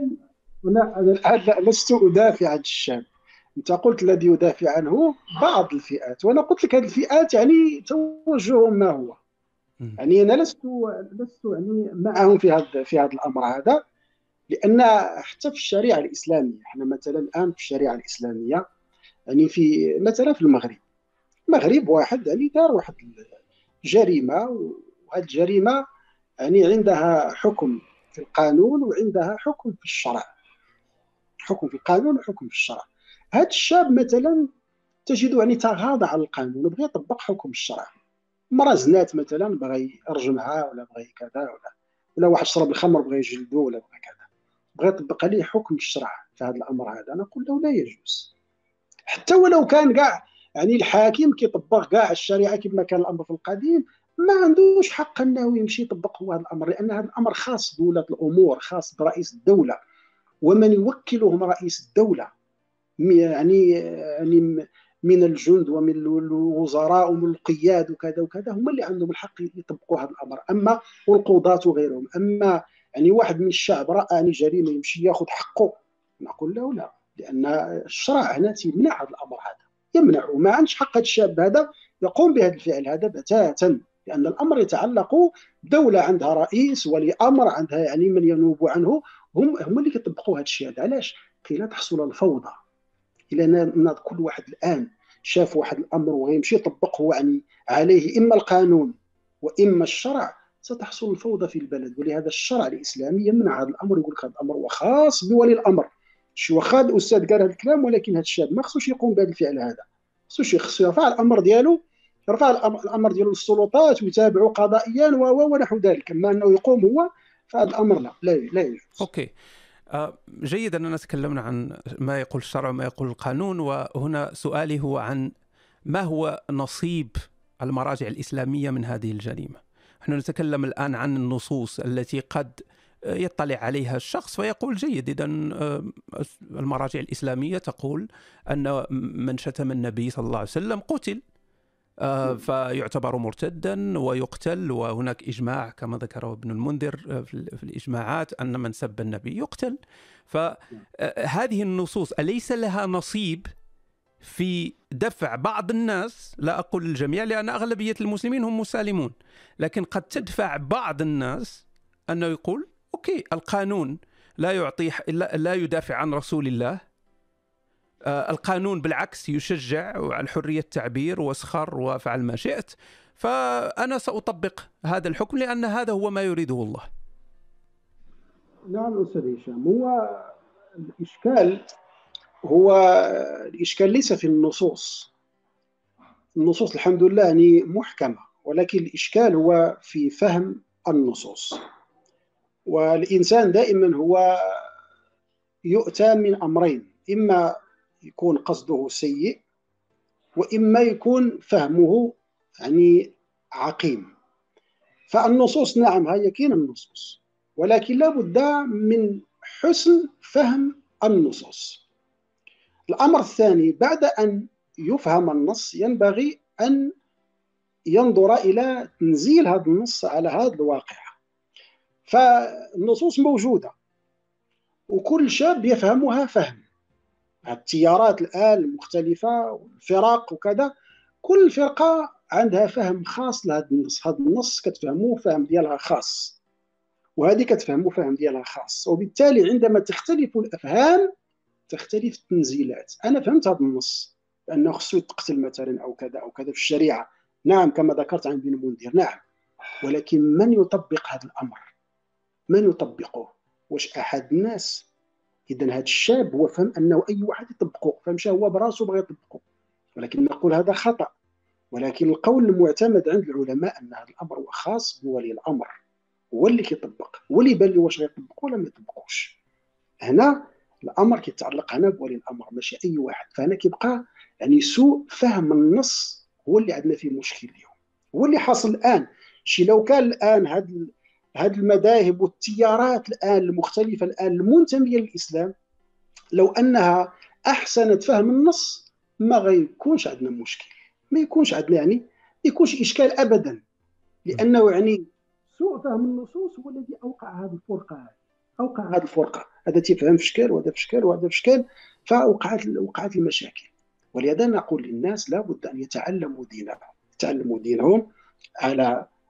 لا، لست أدافع عن الشاب، أنت قلت الذي يدافع عنه بعض الفئات، وأنا قلت لك هذه الفئات يعني توجههم ما هو، يعني أنا لست يعني معهم في هذا الأمر هذا، لأن حتى في الشريعة الإسلامية، احنا مثلا الآن في الشريعة الإسلامية، يعني في مثلا في المغرب واحد يعني دار واحد جريمة، وهذه الجريمة يعني عندها حكم في القانون وعندها حكم في الشرع، حكم في القانون وحكم في الشرع. هذا الشاب مثلا تجد يعني تغاضى على القانون وبغى يطبق حكم الشرع. مرة زنات مثلا بغى يرجمها، ولا بغى كذا، ولا واحد شرب الخمر بغى يجلدو، ولا بغى كذا، بغى يطبق عليه حكم الشرع في هذا الأمر هذا. أنا نقول له لا يجوز، حتى ولو كان كاع يعني الحاكم كيطبق كاع الشريعه كما كان الامر في القديم، ما عندوش حق انه يمشي يطبق هو هذا الامر، لان هذا الامر خاص بولاة الامور، خاص برئيس الدوله ومن يوكلهم رئيس الدوله، يعني من الجند ومن الوزراء ومن القياد وكذا وكذا، هم اللي عندهم الحق يطبقوا هذا الامر. اما والقضاة وغيرهم، اما يعني واحد من الشعب راى يعني جريمه يمشي ياخذ حقه، نقول له لا، لان الشرع هنا يمنع هذا الامر هذا، يمنع، وما عندش حق هذا الشاب هذا يقوم بهذا الفعل هذا بتاتا، لان الامر يتعلق دوله عندها رئيس ولي امر، عندها يعني من ينوب عنه، هم اللي كيطبقوا هذا الشيء هذا. علاش؟ كي لا تحصل الفوضى. الى كل واحد الان شاف واحد الامر ويمشي يطبقه يعني عليه اما القانون واما الشرع، ستحصل الفوضى في البلد. ولهذا الشرع الاسلامي يمنع هذا الامر، يقول لك هذا الامر هو خاص بولي الامر. شو واخا الاستاذ قال هذا الكلام، ولكن هذا الشاب ما خصوش يقوم بهذا الفعل هذا، خصو يرفع الامر ديالو، يرفع الامر ديالو للسلطات ويتابعوا قضائيا ونحو ذلك. اما انه يقوم هو فهذا الامر لا يجوز. أوكي. جيد أننا تكلمنا عن ما يقول الشرع وما يقول القانون، وهنا سؤالي هو عن ما هو نصيب المراجع الإسلامية من هذه الجريمة. نحن نتكلم الآن عن النصوص التي قد يطلع عليها الشخص فيقول جيد، إذا المراجع الإسلامية تقول أن من شتم النبي صلى الله عليه وسلم قتل، فيعتبر مرتدا ويقتل، وهناك إجماع كما ذكره ابن المنذر في الإجماعات أن من سب النبي يقتل. فهذه النصوص أليس لها نصيب في دفع بعض الناس، لا أقول الجميع لأن أغلبية المسلمين هم مسالمون، لكن قد تدفع بعض الناس أنه يقول أوكي القانون لا يدافع عن رسول الله، القانون بالعكس يشجع على حرية التعبير واسخر وافعل ما شئت، فأنا سأطبق هذا الحكم لأن هذا هو ما يريده الله. نعم أستاذ هشام، هو الإشكال ليس في النصوص. النصوص الحمد لله يعني محكمة، ولكن الإشكال هو في فهم النصوص. والإنسان دائما هو يؤتى من أمرين، إما يكون قصده سيء، وإما يكون فهمه يعني عقيم. فالنصوص نعم هي كاين النصوص، ولكن لا بد من حسن فهم النصوص. الأمر الثاني، بعد أن يفهم النص ينبغي أن ينظر إلى تنزيل هذا النص على هذا الواقع. فالنصوص موجودة وكل شاب يفهمها فهم. التيارات الآن المختلفة والفرق وكذا، كل فرقة عندها فهم خاص لهذا النص. هذا النص كتفهموه فهم ديالها خاص، وهذه كتفهموا فهم ديالها خاص، وبالتالي عندما تختلف الأفهام تختلف التنزيلات. أنا فهمت هذا النص بأنه خصو يتقتل مثلا أو كذا أو كذا في الشريعة، نعم كما ذكرت عن ابن المنذر، نعم، ولكن من يطبق هذا الأمر؟ من يطبقه؟ واش أحد الناس؟ إذا هذا الشاب هو فهم أنه أي واحد يطبقه، فمشى هو براسه بغى يطبقه، ولكن نقول هذا خطأ. ولكن القول المعتمد عند العلماء أن هذا الأمر هو خاص بولي الأمر، هو اللي كيطبق، هو اللي يبان له واش غيطبقوا ولا ما يطبقوش. هنا الامر كيتعلق هنا بولي الامر ماشي اي واحد. فهنا كيبقى يعني سوء فهم النص هو اللي عندنا فيه مشكل اليوم، هو اللي حاصل الان. شي لو كان الان هاد المذاهب والتيارات الان المختلفه الان المنتميه للاسلام لو انها احسنت فهم النص ما غيكونش عندنا مشكل، ما يكونش عندنا يعني ما يكونش اشكال ابدا، لانه يعني سوء فهم النصوص هو الذي اوقع هذه الفرقه، اوقع هذه الفرقه. هذا تيفهم في شكل وهذا في شكل وهذا في شكل، وقعت المشاكل. ولهذا نقول للناس لا بد ان يتعلموا دينهم على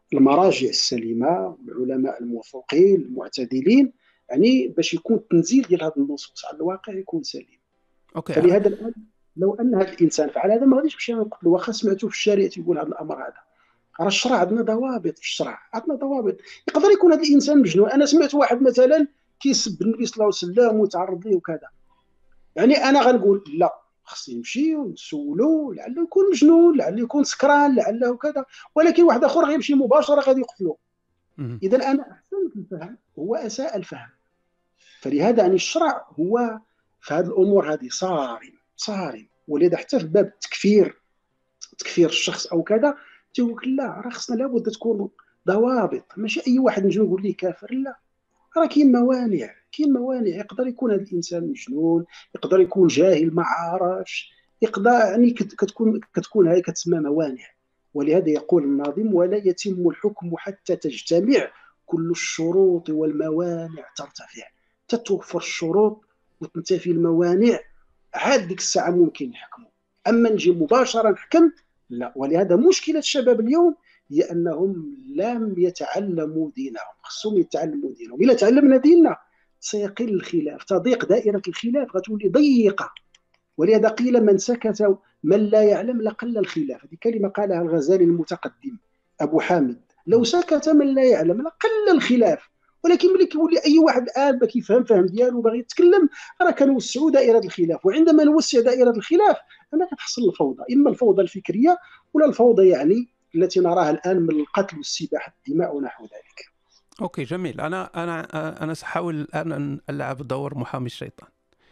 المراجع السليمه، العلماء الموثوقين المعتدلين، يعني باش يكون التنزيل ديال هذه النصوص على الواقع يكون سليم. اوكي. فلهذا الان لو ان هذا الانسان فعل هذا ما غاديش نمشي نقول له واخا سمعتوا في الشارع تيقول هذا الامر هذا. راه الشرع عندنا ضوابط، في الشرع عندنا ضوابط. يقدر يكون هذا الانسان مجنون. انا سمعت واحد مثلا كيسب النبي صلى الله عليه وسلم وتعرض ليه وكذا، يعني انا غنقول لا، خصني نمشي ونسولو، لعله يكون مجنون، لعله يكون سكران، لعله كذا. ولكن واحد اخر غيمشي مباشره غادي يقتلو. مهم. اذا انا احسنت الفهم، هو اساء الفهم. فلهذا يعني الشرع هو في هذه الامور هذه صارم صارم. ولذا حتى في باب التكفير، تكفير الشخص او كذا، تيقول لك لا، راه خصنا لابد تكون ضوابط. ماشي اي واحد نجي نقول ليه كافر، لا، راه كاين موانع، كاين موانع. يقدر يكون هذا الانسان مجنون، يقدر يكون جاهل ما عارفش، يقدر يعني كتكون هاي كتسمى موانع. ولهذا يقول الناظم: ولا يتم الحكم حتى تجتمع كل الشروط والموانع ترتفع. تتوفر الشروط وتنتفي الموانع، عاد ديك الساعه ممكن نحكموا. اما نجي مباشره نحكم، لا. ولهذا مشكله الشباب اليوم هي انهم لم يتعلموا دينهم. خصهم يتعلموا دينهم. الا تعلمنا ديننا سيقل الخلاف، تضيق دائره الخلاف، غتولي ضيقه. ولهذا قيل: من سكت من لا يعلم لقل الخلاف. هذه كلمه قالها الغزالي المتقدم ابو حامد: لو سكت من لا يعلم لقل الخلاف. ولكن ملي كيولي اي واحد ما كيفهم فهم ديالو باغي يتكلم، راه كنوسعوا دائره الخلاف. وعندما نوسع دائره الخلاف انا كتحصل الفوضى، اما الفوضى الفكريه ولا الفوضى يعني التي نراها الان من القتل والسباحه الدماء ونحو ذلك. اوكي جميل. انا ساحاول الان ان العب دور محامي الشيطان،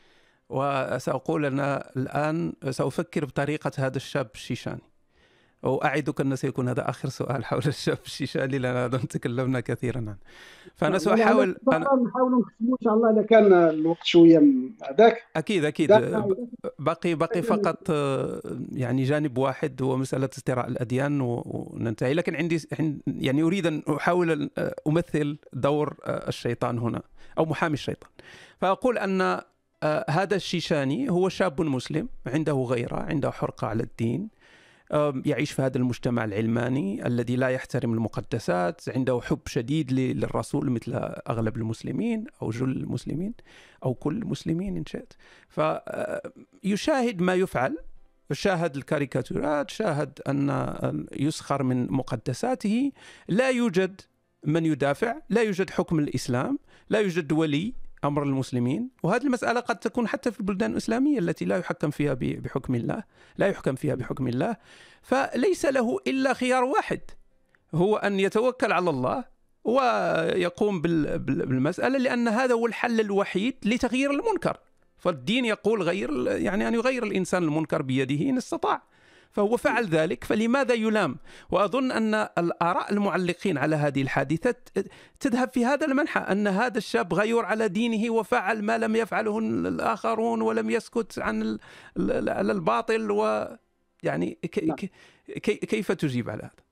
وساقول أنا الان سافكر بطريقه هذا الشاب الشيشاني، وأعدك أن سيكون هذا آخر سؤال حول الشاب الشيشاني، لأن تكلمنا كثيرا عنه. فأنا سأحاول نحاول نختموا ان شاء الله اذا كان الوقت شويه هذاك. أكيد باقي فقط يعني جانب واحد هو مسألة ازدراء الأديان وننتهي. لكن عندي يعني أريد أن أحاول أن أمثل دور الشيطان هنا أو محامي الشيطان. فأقول أن هذا الشيشاني هو شاب مسلم عنده غيرة، عنده حرقة على الدين، يعيش في هذا المجتمع العلماني الذي لا يحترم المقدسات، عنده حب شديد للرسول مثل أغلب المسلمين أو جل المسلمين أو كل المسلمين إن شئت. فيشاهد ما يفعل، شاهد الكاريكاتورات، شاهد أن يسخر من مقدساته. لا يوجد من يدافع، لا يوجد حكم الإسلام، لا يوجد ولي أمر المسلمين. وهذه المسألة قد تكون حتى في البلدان الإسلامية التي لا يحكم فيها بحكم الله، لا يحكم فيها بحكم الله. فليس له إلا خيار واحد، هو أن يتوكل على الله ويقوم بالمسألة، لأن هذا هو الحل الوحيد لتغيير المنكر. فالدين يقول غير، يعني أن يغير الإنسان المنكر بيده إن استطاع، فهو فعل ذلك، فلماذا يلام؟ وأظن أن الآراء المعلقين على هذه الحادثة تذهب في هذا المنحى، أن هذا الشاب غيور على دينه وفعل ما لم يفعله الآخرون ولم يسكت عن الباطل. ويعني كيف تجيب على هذا؟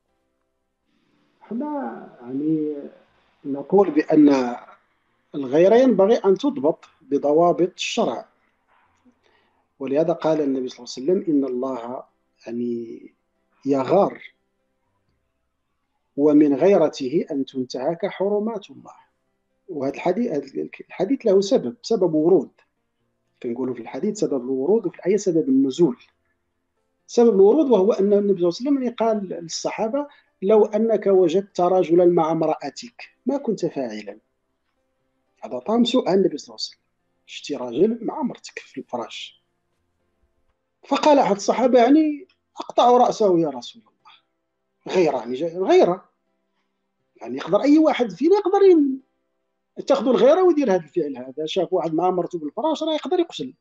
احنا يعني نقول بأن الغيرة ينبغي أن تضبط بضوابط الشرع. ولهذا قال النبي صلى الله عليه وسلم: إن الله يعني يغار ومن غيرته أن تنتهك حرمات الله. وهذا الحديث له سبب ورود. كنقولوا في الحديث سبب الورود، وفي الآية سبب النزول. سبب الورود وهو أن النبي صلى الله عليه وسلم قال للصحابة: لو أنك وجدت رجلا مع امرأتك ما كنت فاعلا. هذا طعم سؤال النبي صلى الله عليه وسلم: شتي راجل مع مرتك في الفراش؟ فقال أحد الصحابة: يعني أقطع رأسه يا رسول الله. غيرة، يعني غيرة، يعني يقدر أي واحد فينا يقدر تاخذ الغيرة ويدير هذا الفعل. هذا شاف واحد مع مرته بالفراش راه يقدر يقتل.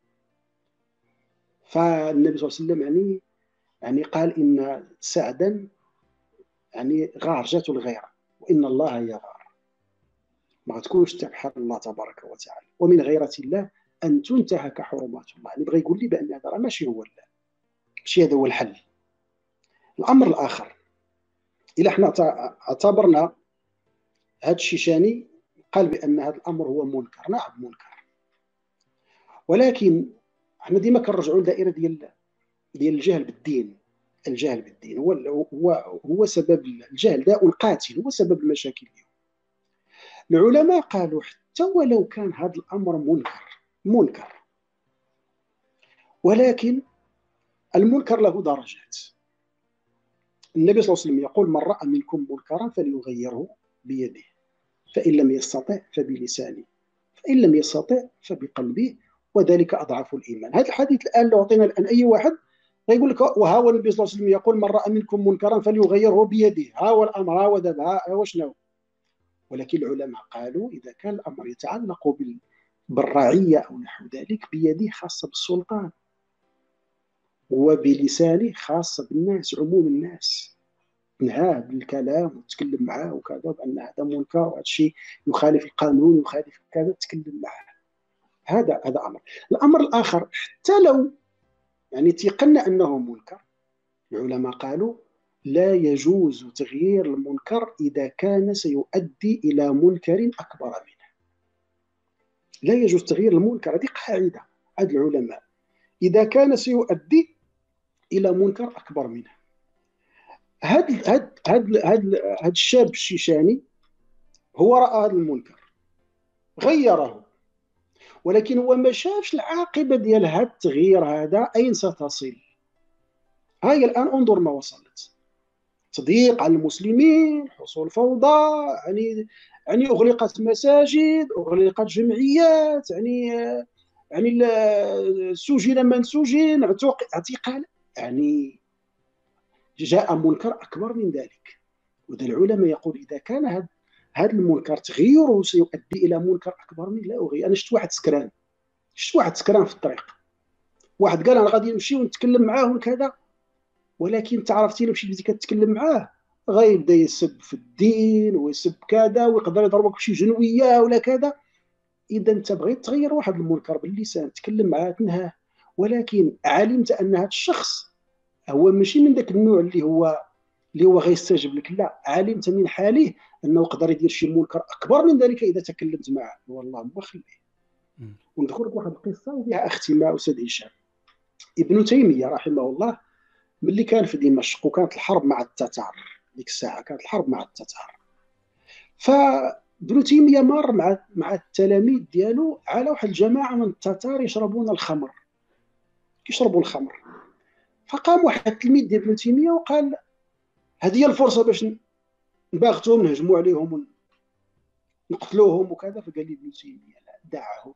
فالنبي صلى الله عليه وسلم يعني قال: إن سعدا يعني غار، جاته الغيرة، وإن الله يغار. ما تكونش تبحر الله تبارك وتعالى. ومن غيرة الله أن تنتهك حرمات الله. يعني بغى يقول لي بأن هذا ماشي هو ماشي هذا هو الحل. الأمر الآخر، إلا احنا اعتبرنا هذا الشيشاني قال بأن هذا الأمر هو منكر، نعم منكر، ولكن احنا ديما كنرجعوا لدائرة ديال الجهل بالدين. الجهل بالدين هو سبب الجهل، داء قاتل، هو سبب المشاكل اليوم. العلماء قالوا حتى ولو كان هذا الأمر منكر، ولكن المنكر له درجات. النبي صلى الله عليه وسلم يقول: من رأى منكم منكرا فليغيره بيده، فإن لم يستطع فبلسانه، فإن لم يستطع فبقلبه، وذلك أضعف الإيمان. هذا الحديث الآن لو أعطينا الآن أي واحد يقول لك: وها هو النبي صلى الله عليه وسلم يقول: من رأى منكم منكرا فليغيره بيده، ها هو الأمر، ها هو دابا، ها هو شنو. ولكن العلماء قالوا إذا كان الأمر يتعلق بالرعية أو نحو ذلك، بيده خاصة بالسلطان، وبلسانه خاصة بالناس، عموم الناس، تنهاه بالكلام وتتكلم معاه وكذا بأن هذا منكر وهذا الشيء يخالف القانون ويخالف كذا، تتكلم معاه. هذا أمر. الأمر الآخر، حتى لو يعني تيقنا أنه منكر، العلماء قالوا لا يجوز تغيير المنكر إذا كان سيؤدي إلى منكر أكبر منه. لا يجوز تغيير المنكر، هذه قاعدة عند العلماء، إذا كان سيؤدي إلى منكر أكبر منه. هذا الشاب الشيشاني هو رأى هذا المنكر، غيره، ولكن هو ما شافش العاقبة ديال هذا التغيير هذا أين ستصل. هاي الآن انظر ما وصلت: تضييق على المسلمين، حصول فوضى، يعني أغلقت مساجد، أغلقت جمعيات، يعني سجن من سجن، اعتقال، يعني جاء منكر أكبر من ذلك. وذا العلماء يقول إذا كان هذا المنكر تغييره سيؤدي إلى منكر أكبر منه لا أغير. أنا شفت واحد سكران في الطريق، واحد قال أنا غادي نمشي ونتكلم معاه وكذا، ولكن تعرفتي لو مشيتي كتكلم معاه غيبدا يسب في الدين ويسب كذا، ويقدر يضربك بشي جنويه ولا كذا. اذا انت بغيت تغير واحد المنكر باللسان، تكلم معاه تنهاه، ولكن علمت ان هذا الشخص هو ماشي من ذاك النوع اللي هو غيستجب لك، لا، علمت من حاله انه يقدر يدير شي منكر اكبر من ذلك اذا تكلمت معه، والله ما خليه. ونذكر لك واحد القصه وبها اختي مع استاذ هشام. ابن تيميه رحمه الله ملي كان في دمشق وكانت الحرب مع التتار، ديك الساعه كانت الحرب مع التتار، فابن تيميه مر مع التلاميذ ديالو على واحد الجماعه من التتار يشربوا الخمر. فقام واحد التلميذ ديال ابن تيميه وقال: هذه هي الفرصه باش نباغتهم، نهجموا عليهم ونقتلوهم وكذا. فقال لي ابن تيميه: لا، دعهم،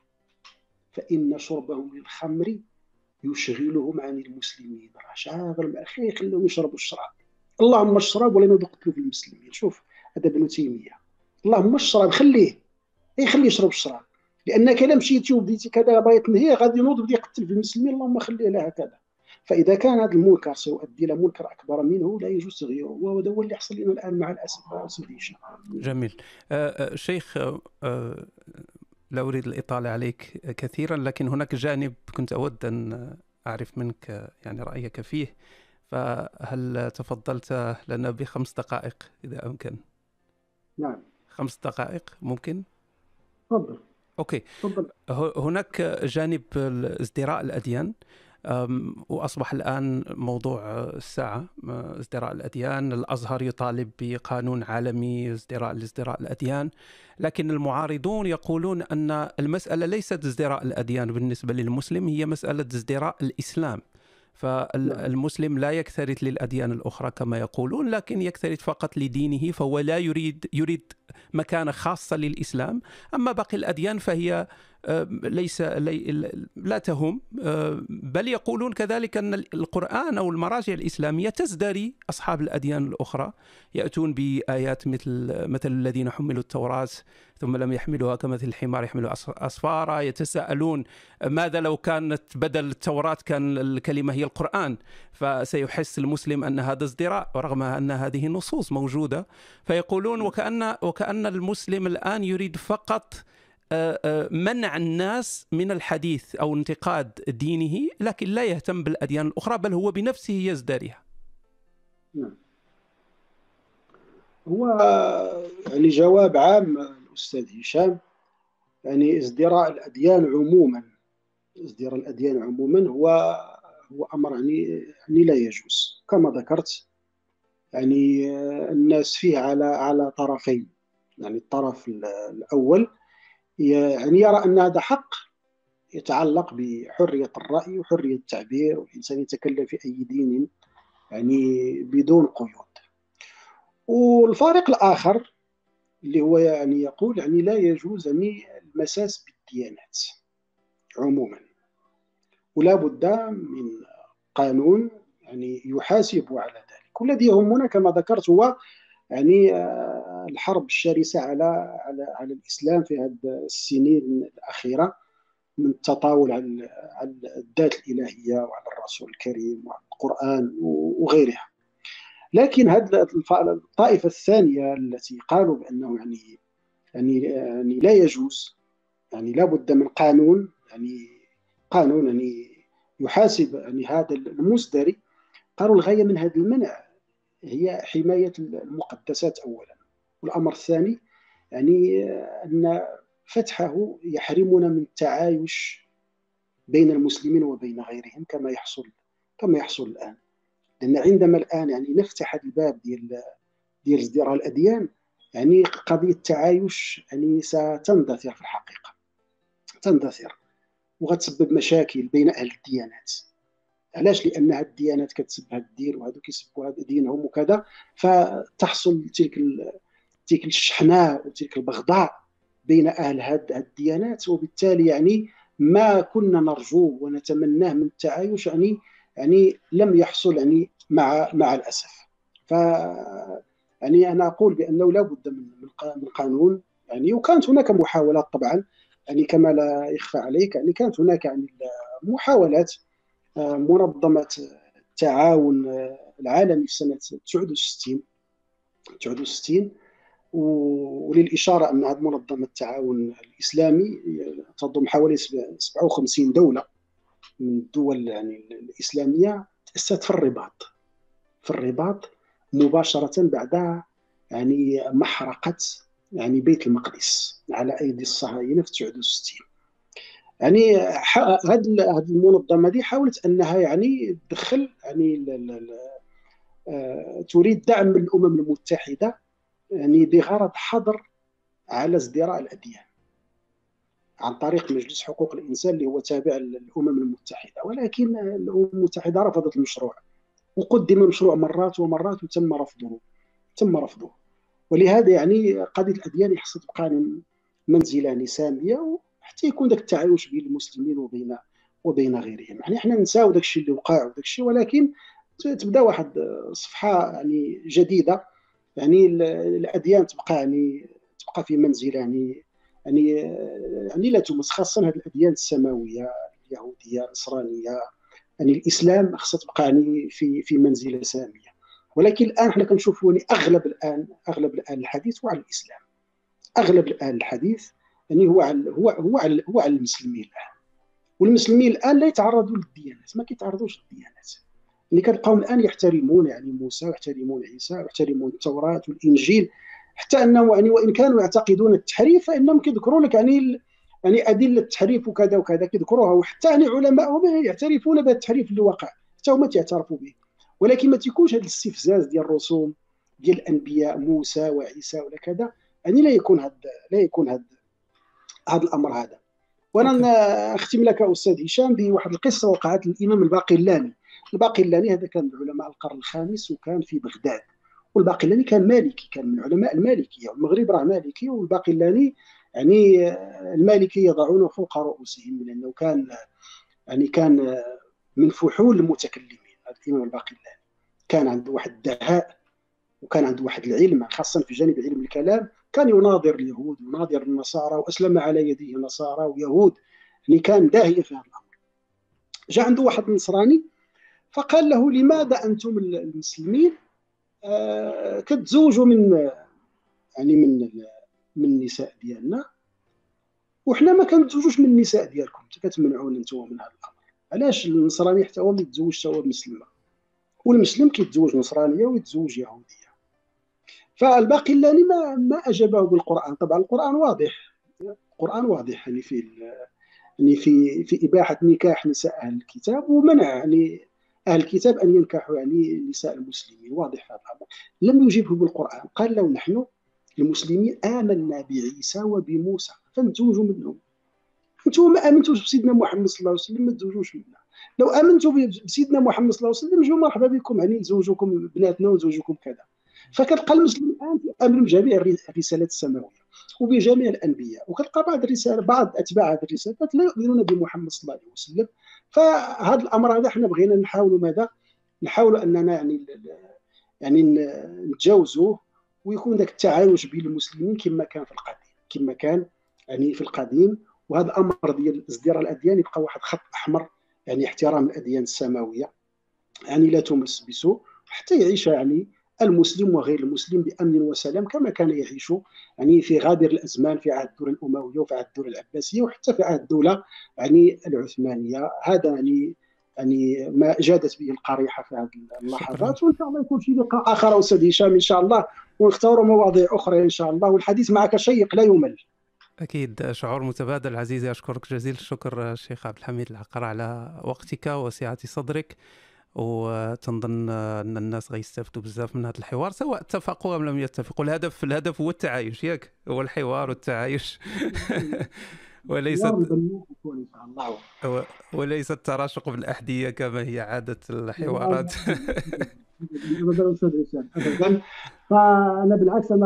فان شربهم للخمر يشغلهم عن المسلمين. راه شاغل الاخي، يخليهم يشربوا الشراب، اللهم اشرب ولا نقتلوا في المسلمين. شوف هذا ابن تيميه، اللهم اشرب، خليه يشرب الشراب، لانك الا مشيتي وبديتي كذا باغي تنهيه غادي ينوض بدا يقتل في المسلمين، اللهم خليه له هكذا. فاذا كان هذا المنكر سيؤدي الى منكر اكبر منه لا يجوز تغييره، وهذا هو اللي يحصل لنا الان مع الاسف سيدي هشام. جميل. شيخ، لا أريد الإطالة عليك كثيرا، لكن هناك جانب كنت أود أن أعرف منك يعني رأيك فيه، فهل تفضلت لنا ب5 دقائق إذا أمكن؟ نعم. 5 دقائق ممكن؟ تفضل. أوكي. تفضل. هناك جانب ازدراء الأديان، وأصبح الآن موضوع الساعة ازدراء الأديان. الأزهر يطالب بقانون عالمي ازدراء الأديان، لكن المعارضون يقولون أن المسألة ليست ازدراء الأديان بالنسبة للمسلم، هي مسألة ازدراء الإسلام. فالمسلم لا يكترث للأديان الأخرى كما يقولون، لكن يكترث فقط لدينه، فهو لا يريد مكانة خاصة للإسلام. أما باقي الأديان فهي لا تهم، بل يقولون كذلك أن القرآن أو المراجع الإسلامية تزدري أصحاب الأديان الأخرى، يأتون بآيات مثل الذين حملوا التوراة ثم لم يحملوها كمثل الحمار يحمل أسفارا، يتساءلون ماذا لو كانت بدل التوراة كان الكلمة هي القرآن، فسيحس المسلم أن هذا ازدراء رغم أن هذه النصوص موجودة. فيقولون وكأن المسلم الآن يريد فقط منع الناس من الحديث أو انتقاد دينه، لكن لا يهتم بالأديان الأخرى، بل هو بنفسه يزدريها. نعم. هو يعني جواب عام الأستاذ هشام. يعني ازدراء الأديان عموما هو أمر يعني لا يجوز كما ذكرت. يعني الناس فيه على طرفين. يعني الطرف الأول يعني يرى أن هذا حق يتعلق بحرية الرأي وحرية التعبير، والإنسان يتكلم في أي دين يعني بدون قيود. والفريق الآخر اللي هو يعني يقول يعني لا يجوز يعني المساس بالديانات عموما، ولا بد من قانون يعني يحاسب على ذلك. والذي يهمنا كما ذكرت هو يعني الحرب الشرسة على الإسلام في هذه السنين الأخيرة، من التطاول على الذات الإلهية وعلى الرسول الكريم وعلى القرآن وغيرها. لكن هذه الطائفة الثانية التي قالوا بأنه يعني لا يجوز، يعني لا بد من قانون يعني يحاسب يعني هذا المزدري. قالوا الغاية من هذا المنع هي حماية المقدسات أولا، والأمر الثاني يعني أن فتحه يحرمنا من التعايش بين المسلمين وبين غيرهم كما يحصل الآن. لأن عندما الآن يعني نفتح الباب ديال ازدراء الأديان، يعني قضية التعايش يعني ستندثر في الحقيقة، تندثر وغتسبب مشاكل بين أهل الديانات. علاش؟ لأن هاد الديانات كتسب هاد الدين وهادو كيسبوا هاد دينهم وكذا، فتحصل تلك الشحناء وتلك البغضاء بين أهل هاد الديانات. وبالتالي يعني ما كنا نرجوه ونتمناه من التعايش يعني لم يحصل يعني مع الأسف. ف يعني أنا أقول بأنه لا بد من قانون. يعني وكانت هناك محاولات طبعا، يعني كما لا يخفى عليك، يعني كانت هناك يعني محاولات. منظمة التعاون العالمي في سنة 69 وللإشارة أن هذه منظمة التعاون الإسلامي تضم حوالي 57 دولة من الدول يعني الإسلامية، تأسست في الرباط مباشرة بعد يعني محرقة يعني بيت المقدس على أيدي الصهاينة في 69. يعني هذه المنظمة دي حاولت أنها يعني تدخل يعني تريد دعم من الأمم المتحدة يعني بغرض حظر على ازدراء الأديان عن طريق مجلس حقوق الإنسان اللي هو تابع للأمم المتحدة. ولكن الأمم المتحدة رفضت المشروع، وقدم المشروع مرات ومرات وتم رفضه. ولهذا يعني قضية الأديان خصها تبقى منزلة سامية، حتى يكون ذاك التعايش بين المسلمين وبين غيرهم. يعني احنا ننساو داك الشيء اللي وقع وداك الشيء، ولكن تبدا واحد صفحة يعني جديدة. يعني الأديان تبقى في منزلة يعني لا تمس، خاصة هذه الأديان السماوية، اليهودية، النصرانية. يعني الإسلام خصها تبقى يعني في منزلة سامية. ولكن الآن احنا كنشوفوا يعني أغلب الآن الحديث هو على الإسلام. أغلب الآن الحديث يعني هو على المسلمين الآن. والمسلمين الآن لا يتعرضوا للديانات، ما كيتعرضوش للديانات. اللي كنلقاهم الآن يحترمون يعني موسى ويحترمون عيسى ويحترمون التوراة والإنجيل، حتى أنه يعني وإن كانوا يعتقدون التحريف فإنهم كيذكروا لك يعني أدلة التحريف وكذا وكذا كيذكروها، وحتى يعني علماءهم يعترفون بالتحريف اللي وقع، حتى هما تعترفوا به. ولكن ما تيكونش هذا الاستفزاز ديال الرسوم ديال الأنبياء موسى وعيسى ولا كذا. يعني لا يكون هذا الأمر هذا. وانا اوكي. اختم لك استاذ هشام بواحد القصه وقعت للامام الباقلاني. الباقلاني هذا كان من علماء القرن الخامس وكان في بغداد. والباقلاني كان مالكي، كان من علماء المالكيه، والمغرب راه مالكي. والباقلاني يعني المالكيه يضعونه فوق رؤوسهم، لانه كان من فحول المتكلمين. هذا الامام الباقلاني كان عنده واحد الدهاء، وكان عنده واحد العلم خاصة في جانب علم الكلام. كان يناظر اليهود ويناظر النصارى، وأسلم على يديه نصارى ويهود. يعني كان داهية في هذا الأمر. جاء عنده واحد نصراني فقال له: لماذا أنتم المسلمين كتزوجوا يعني من النساء ديالنا، وحنا ما كنتزوجوش من النساء ديالكم، كتمنعونا انتم من هذا الامر؟ علاش النصراني حتى هو ما يتزوجش حتى هو مسلمه، والمسلم كيتزوج نصرانيه ويتزوج يهوديه؟ فالباقلاني ما اجابه بالقران. طبعا القران واضح يعني فيه يعني في إباحة نكاح نساء أهل الكتاب، ومنع يعني أهل الكتاب أن ينكحوا يعني نساء المسلمين. واضح هذا الأمر. لم يجبه بالقرآن، قال لو نحن المسلمين آمنا بعيسى وبموسى فنتزوجوا منهم. انتم ما امنتوش بسيدنا محمد صلى الله عليه وسلم، ما تزوجوش منا. لو امنتوا بسيدنا محمد صلى الله عليه وسلم جو مرحبا بكم، يعني نزوجوكم بناتنا ونزوجوكم كذا. فكتلقى المسلم الان يؤمن بجميع الرسالات السماويه وبجميع الانبياء، وكتلقى بعض اتباع هذه الرسالات لا يؤمنون بمحمد صلى الله عليه وسلم. فهذا الامر هذا احنا بغينا نحاولوا ماذا، نحاولوا اننا يعني نتجاوزوه، ويكون ذاك التعايش بين المسلمين كما كان في القديم، كما كان يعني في القديم. وهذا الامر ديال ازدراء الاديان يبقى واحد خط احمر، يعني احترام الاديان السماويه، يعني لا تمس بسوء، حتى يعيش يعني المسلم وغير المسلم بامن وسلام كما كان يعيش يعني في غابر الازمان في عهد الدوله الامويه وفي عهد الدوله العباسيه وحتى في عهد الدوله يعني العثمانيه. هذا يعني ما جادت به القريحه في هذه شكرا. اللحظات. وان شاء الله يكون في لقاء اخر استاذ هشام ان شاء الله، ونختار مواضيع اخرى ان شاء الله، والحديث معك شيق لا يمل. أكيد، شعور متبادل عزيزي. أشكرك جزيل الشكر الشيخ عبد الحميد العقر على وقتك وسعة صدرك، وتنظن أن الناس غيستافدوا بزاف من هذا الحوار سواء اتفقوا أم لم يتفقوا. الهدف هو التعايش، ياك هو الحوار والتعايش. وليست وليس التراشق بالأحذية كما هي عادة الحوارات. ابدا استاذ هشام ابدا. فانا بالعكس انا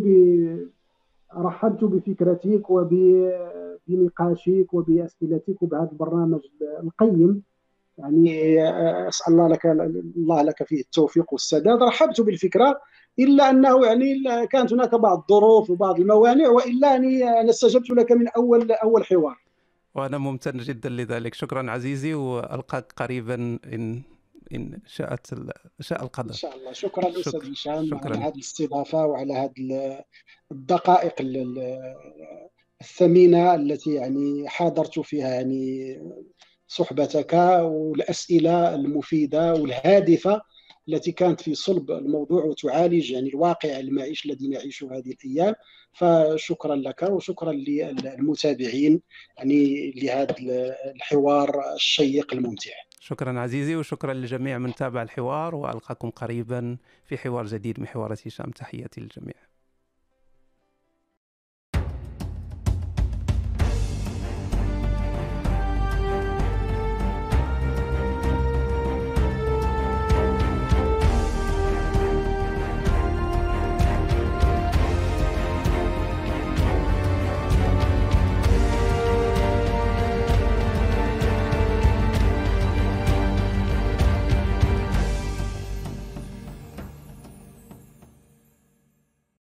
رحبت بفكرتك وبنقاشك وباسئلتك وبهذا البرنامج القيم. يعني اسال الله لك فيه التوفيق والسداد. رحبت بالفكره، الا انه يعني كانت هناك بعض الظروف وبعض الموانع، والا يعني انا استجبت لك من اول حوار. وأنا ممتن جدا لذلك. شكرا عزيزي، وألقاك قريبا إن شاء القدر. إن شاء الله. شكرا أستاذ هشام على شكرا. هذه الاستضافة وعلى هذه الدقائق الثمينة التي يعني حاضرت فيها يعني صحبتك، والأسئلة المفيدة والهادفة التي كانت في صلب الموضوع وتعالج يعني الواقع المعيش الذي نعيشه هذه الأيام. فشكرا لك وشكرا للمتابعين يعني لهذا الحوار الشيق الممتع. شكرا عزيزي، وشكرا لجميع من تابع الحوار، وألقاكم قريبا في حوار جديد من حوارات هشام. تحياتي للجميع.